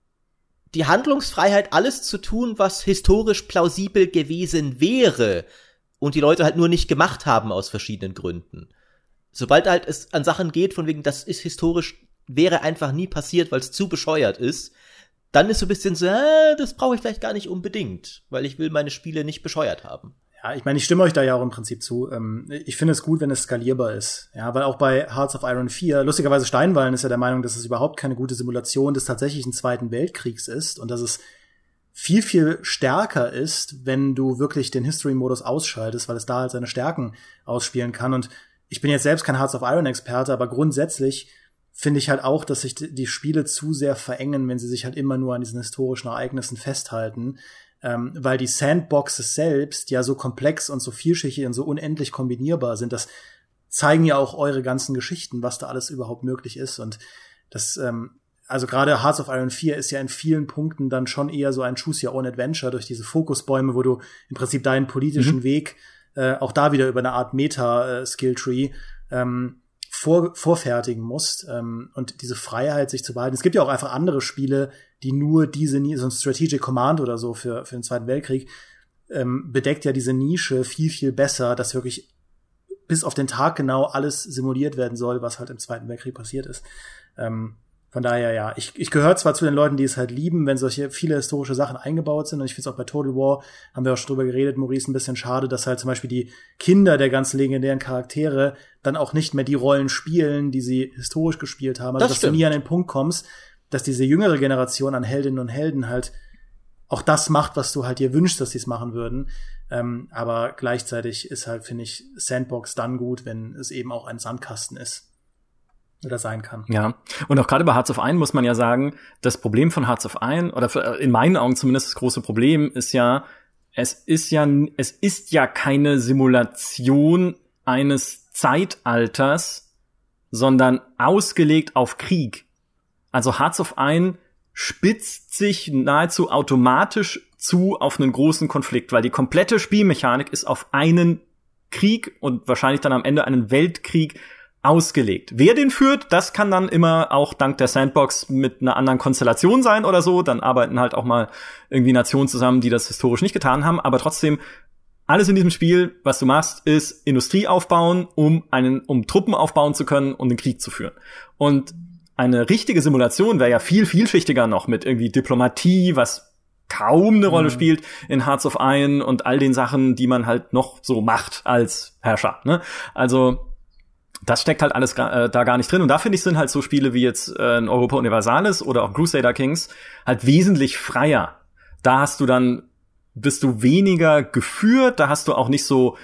die Handlungsfreiheit, alles zu tun, was historisch plausibel gewesen wäre. Und die Leute halt nur nicht gemacht haben aus verschiedenen Gründen. Sobald halt es an Sachen geht, von wegen, das ist historisch, wäre einfach nie passiert, weil es zu bescheuert ist, dann ist so ein bisschen so, äh, das brauche ich vielleicht gar nicht unbedingt, weil ich will meine Spiele nicht bescheuert haben. Ja, ich meine, ich stimme euch da ja auch im Prinzip zu. Ich finde es gut, wenn es skalierbar ist. Ja, weil auch bei Hearts of Iron vier, lustigerweise Steinwallen ist ja der Meinung, dass es überhaupt keine gute Simulation des tatsächlichen Zweiten Weltkriegs ist und dass es viel, viel stärker ist, wenn du wirklich den History-Modus ausschaltest, weil es da halt seine Stärken ausspielen kann. Und ich bin jetzt selbst kein Hearts of Iron-Experte, aber grundsätzlich finde ich halt auch, dass sich die Spiele zu sehr verengen, wenn sie sich halt immer nur an diesen historischen Ereignissen festhalten, ähm, weil die Sandboxes selbst ja so komplex und so vielschichtig und so unendlich kombinierbar sind. Das zeigen ja auch eure ganzen Geschichten, was da alles überhaupt möglich ist. Und das ähm, also gerade Hearts of Iron vier ist ja in vielen Punkten dann schon eher so ein Choose Your Own Adventure durch diese Fokusbäume, wo du im Prinzip deinen politischen mhm. Weg äh, auch da wieder über eine Art Meta-Skill-Tree ähm, vor, vorfertigen musst ähm, und diese Freiheit sich zu behalten. Es gibt ja auch einfach andere Spiele, die nur diese, so ein Strategic Command oder so für, für den Zweiten Weltkrieg ähm, bedeckt ja diese Nische viel, viel besser, dass wirklich bis auf den Tag genau alles simuliert werden soll, was halt im Zweiten Weltkrieg passiert ist. Ähm, Von daher, ja, ich, ich gehöre zwar zu den Leuten, die es halt lieben, wenn solche viele historische Sachen eingebaut sind, und ich finde es auch bei Total War, haben wir auch schon drüber geredet, Maurice, ein bisschen schade, dass halt zum Beispiel die Kinder der ganz legendären Charaktere dann auch nicht mehr die Rollen spielen, die sie historisch gespielt haben. Also, das dass stimmt. Du nie an den Punkt kommst, dass diese jüngere Generation an Heldinnen und Helden halt auch das macht, was du halt dir wünschst, dass sie es machen würden. Ähm, aber gleichzeitig ist halt, finde ich, Sandbox dann gut, wenn es eben auch ein Sandkasten ist. Oder sein kann. Ja, und auch gerade bei Hearts of Iron muss man ja sagen, das Problem von Hearts of Iron, oder in meinen Augen zumindest das große Problem, ist ja, es ist ja, es ist ja keine Simulation eines Zeitalters, sondern ausgelegt auf Krieg. Also Hearts of Iron spitzt sich nahezu automatisch zu auf einen großen Konflikt, weil die komplette Spielmechanik ist auf einen Krieg und wahrscheinlich dann am Ende einen Weltkrieg ausgelegt. Wer den führt, das kann dann immer auch dank der Sandbox mit einer anderen Konstellation sein oder so. Dann arbeiten halt auch mal irgendwie Nationen zusammen, die das historisch nicht getan haben. Aber trotzdem, alles in diesem Spiel, was du machst, ist Industrie aufbauen, um einen, um Truppen aufbauen zu können und den Krieg zu führen. Und eine richtige Simulation wäre ja viel vielschichtiger noch mit irgendwie Diplomatie, was kaum eine Rolle mhm. spielt in Hearts of Iron und all den Sachen, die man halt noch so macht als Herrscher, ne? Also das steckt halt alles äh, da gar nicht drin. Und da finde ich, sind halt so Spiele wie jetzt äh, in Europa Universalis oder auch Crusader Kings halt wesentlich freier. Da hast du dann, bist du weniger geführt, da hast du auch nicht so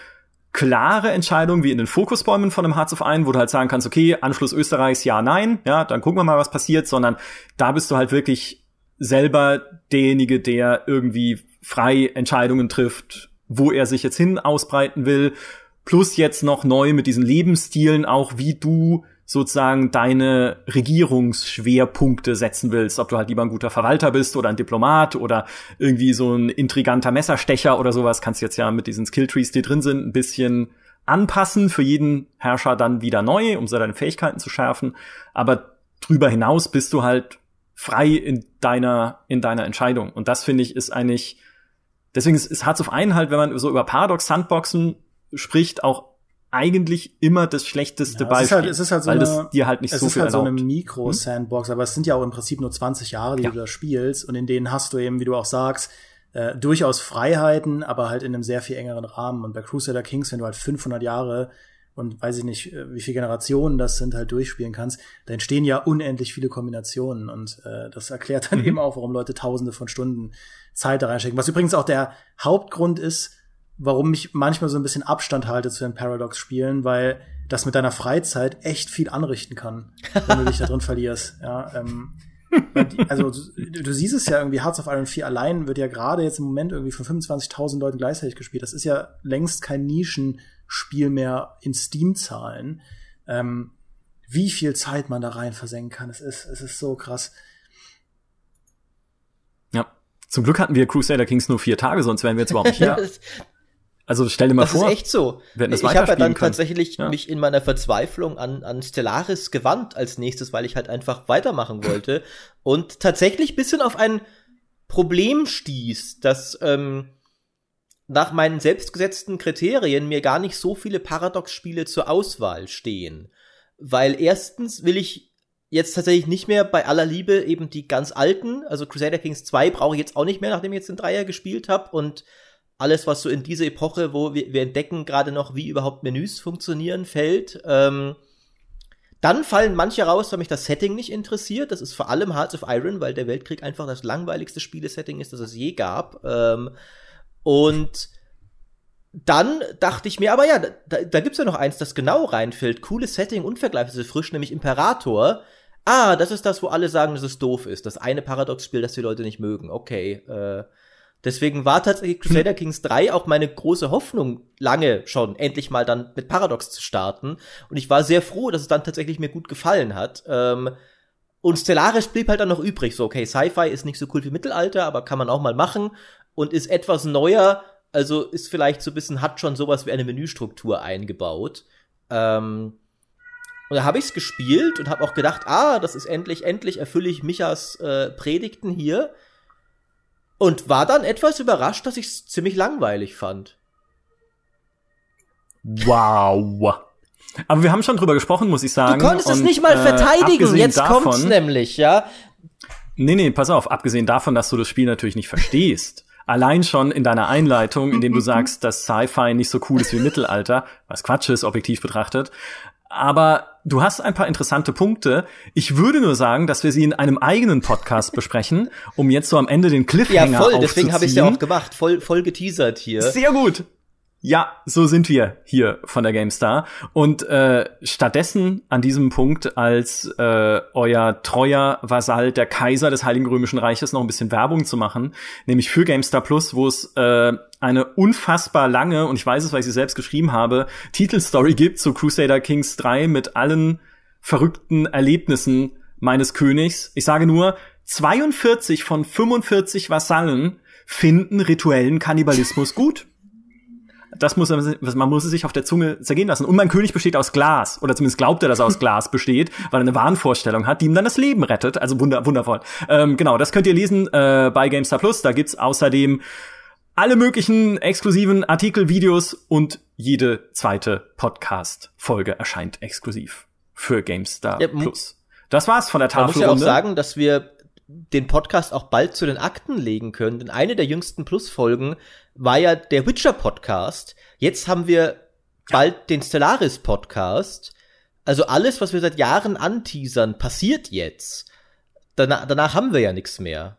klare Entscheidungen wie in den Fokusbäumen von einem Hearts of Iron, wo du halt sagen kannst, okay, Anschluss Österreichs, ja, nein, ja, dann gucken wir mal, was passiert, sondern da bist du halt wirklich selber derjenige, der irgendwie frei Entscheidungen trifft, wo er sich jetzt hin ausbreiten will. Plus jetzt noch neu mit diesen Lebensstilen auch, wie du sozusagen deine Regierungsschwerpunkte setzen willst. Ob du halt lieber ein guter Verwalter bist oder ein Diplomat oder irgendwie so ein intriganter Messerstecher oder sowas, kannst du jetzt ja mit diesen Skilltrees, die drin sind, ein bisschen anpassen. Für jeden Herrscher dann wieder neu, um seine Fähigkeiten zu schärfen. Aber drüber hinaus bist du halt frei in deiner, in deiner Entscheidung. Und das, finde ich, ist eigentlich, deswegen ist Hearts of Iron halt, wenn man so über Paradox-Sandboxen spricht, auch eigentlich immer das schlechteste ja, Beispiel, es ist halt, es ist halt so weil eine, das dir halt nicht so viel erlaubt. Es ist halt so eine Mikro-Sandbox, hm? aber es sind ja auch im Prinzip nur zwanzig Jahre, die ja. du da spielst, und in denen hast du eben, wie du auch sagst, äh, durchaus Freiheiten, aber halt in einem sehr viel engeren Rahmen. Und bei Crusader Kings, wenn du halt fünfhundert Jahre und weiß ich nicht, wie viele Generationen das sind, halt durchspielen kannst, da entstehen ja unendlich viele Kombinationen und äh, das erklärt dann mhm. eben auch, warum Leute tausende von Stunden Zeit da reinstecken. Was übrigens auch der Hauptgrund ist, warum ich manchmal so ein bisschen Abstand halte zu den Paradox-Spielen, weil das mit deiner Freizeit echt viel anrichten kann, wenn du dich da drin verlierst. Ja, ähm, also du, du siehst es ja irgendwie, Hearts of Iron vier allein wird ja gerade jetzt im Moment irgendwie von fünfundzwanzigtausend Leuten gleichzeitig gespielt. Das ist ja längst kein Nischenspiel mehr in Steam-Zahlen. Ähm, wie viel Zeit man da rein versenken kann, es ist, es ist so krass. Ja, zum Glück hatten wir Crusader Kings nur vier Tage, sonst wären wir jetzt überhaupt nicht hier. Also stell dir mal das vor. Das ist echt so. Ich habe ja dann tatsächlich ja. mich in meiner Verzweiflung an, an Stellaris gewandt als nächstes, weil ich halt einfach weitermachen wollte. Und tatsächlich bisschen auf ein Problem stieß, dass ähm, nach meinen selbstgesetzten Kriterien mir gar nicht so viele Paradox-Spiele zur Auswahl stehen. Weil erstens will ich jetzt tatsächlich nicht mehr bei aller Liebe eben die ganz alten, also Crusader Kings zwei brauche ich jetzt auch nicht mehr, nachdem ich jetzt den Dreier gespielt habe und alles, was so in diese Epoche, wo wir, wir entdecken gerade noch, wie überhaupt Menüs funktionieren, fällt. Ähm, dann fallen manche raus, weil mich das Setting nicht interessiert. Das ist vor allem Hearts of Iron, weil der Weltkrieg einfach das langweiligste Spielesetting ist, das es je gab. Ähm, und dann dachte ich mir, aber ja, da, da gibt's ja noch eins, das genau reinfällt. Cooles Setting, unvergleichsweise frisch, nämlich Imperator. Ah, das ist das, wo alle sagen, dass es doof ist. Das eine Paradox-Spiel, das die Leute nicht mögen. Okay, äh, deswegen war tatsächlich Crusader Kings drei auch meine große Hoffnung lange schon, endlich mal dann mit Paradox zu starten. Und ich war sehr froh, dass es dann tatsächlich mir gut gefallen hat. Ähm, und Stellaris blieb halt dann noch übrig. So, okay, Sci-Fi ist nicht so cool wie Mittelalter, aber kann man auch mal machen. Und ist etwas neuer, also ist vielleicht so ein bisschen, hat schon sowas wie eine Menüstruktur eingebaut. Ähm, und da habe ich's gespielt und habe auch gedacht, ah, das ist endlich, endlich erfülle ich Michas äh, Predigten hier. Und war dann etwas überrascht, dass ich es ziemlich langweilig fand. Wow. Aber wir haben schon drüber gesprochen, muss ich sagen. Du konntest und, es nicht mal verteidigen, äh, jetzt davon, kommt's nämlich, ja. Nee, nee, pass auf, abgesehen davon, dass du das Spiel natürlich nicht verstehst. Allein schon in deiner Einleitung, indem du sagst, dass Sci-Fi nicht so cool ist wie Mittelalter, was Quatsch ist, objektiv betrachtet. Aber du hast ein paar interessante Punkte. Ich würde nur sagen, dass wir sie in einem eigenen Podcast besprechen, um jetzt so am Ende den Cliffhanger aufzuziehen. Ja, voll, deswegen habe ich es ja auch gemacht, voll, voll geteasert hier. Sehr gut. Ja, so sind wir hier von der GameStar. Und äh, stattdessen an diesem Punkt als äh, euer treuer Vasall, der Kaiser des Heiligen Römischen Reiches, noch ein bisschen Werbung zu machen, nämlich für GameStar Plus, wo es äh, eine unfassbar lange, und ich weiß es, weil ich sie selbst geschrieben habe, Titelstory gibt zu Crusader Kings drei mit allen verrückten Erlebnissen meines Königs. Ich sage nur, zweiundvierzig von fünfundvierzig Vasallen finden rituellen Kannibalismus gut. Das muss man muss es sich auf der Zunge zergehen lassen. Und mein König besteht aus Glas. Oder zumindest glaubt er, dass er aus Glas besteht, weil er eine Wahnvorstellung hat, die ihm dann das Leben rettet. Also wunder, wundervoll. Ähm, genau, das könnt ihr lesen äh, bei GameStar Plus. Da gibt's außerdem alle möglichen exklusiven Artikel, Videos und jede zweite Podcast-Folge erscheint exklusiv für GameStar ja, Plus. Das war's von der Tafelrunde. Man muss ja auch sagen, dass wir den Podcast auch bald zu den Akten legen können. Denn eine der jüngsten Plus-Folgen war ja der Witcher-Podcast. Jetzt haben wir bald den Stellaris-Podcast. Also alles, was wir seit Jahren anteasern, passiert jetzt. Danach, danach haben wir ja nichts mehr.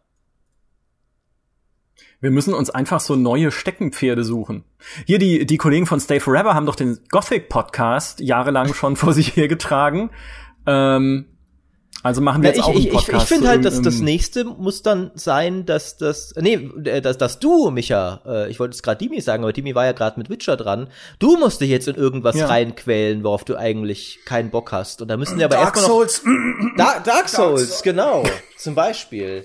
Wir müssen uns einfach so neue Steckenpferde suchen. Hier, die, die Kollegen von Stay Forever haben doch den Gothic-Podcast jahrelang schon vor sich hergetragen. Ähm, Also machen wir jetzt ich, auch einen ich, Podcast. Ich, ich finde halt, dass das nächste muss dann sein, dass das, nee, dass, dass du, Micha, äh, ich wollte es gerade Dimi sagen, aber Dimi war ja gerade mit Witcher dran, du musst dich jetzt in irgendwas ja. reinquälen, worauf du eigentlich keinen Bock hast. Und da müssen wir aber Dark erstmal Souls. noch Dark, Dark Souls, Dark genau, zum Beispiel.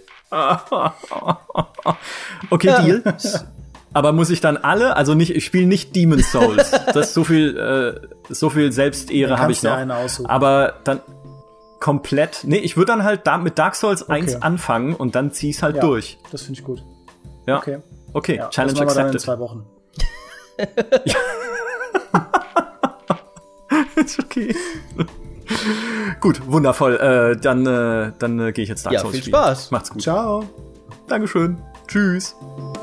Okay, ja. Deal. Aber muss ich dann alle, also nicht, ich spiele nicht Demon's Souls. Das ist so viel, äh, so viel Selbstehre habe ich noch. Aber dann komplett, nee, ich würde dann halt da mit Dark Souls okay. eins anfangen und dann zieh's halt ja, durch. Das finde ich gut. Ja. Okay. Okay, ja, Challenge das accepted. In zwei Wochen. Ist okay. Gut, wundervoll. Äh, dann äh, dann äh, gehe ich jetzt Dark ja, Souls viel spielen. Spaß. Macht's gut. Ciao. Dankeschön. Tschüss.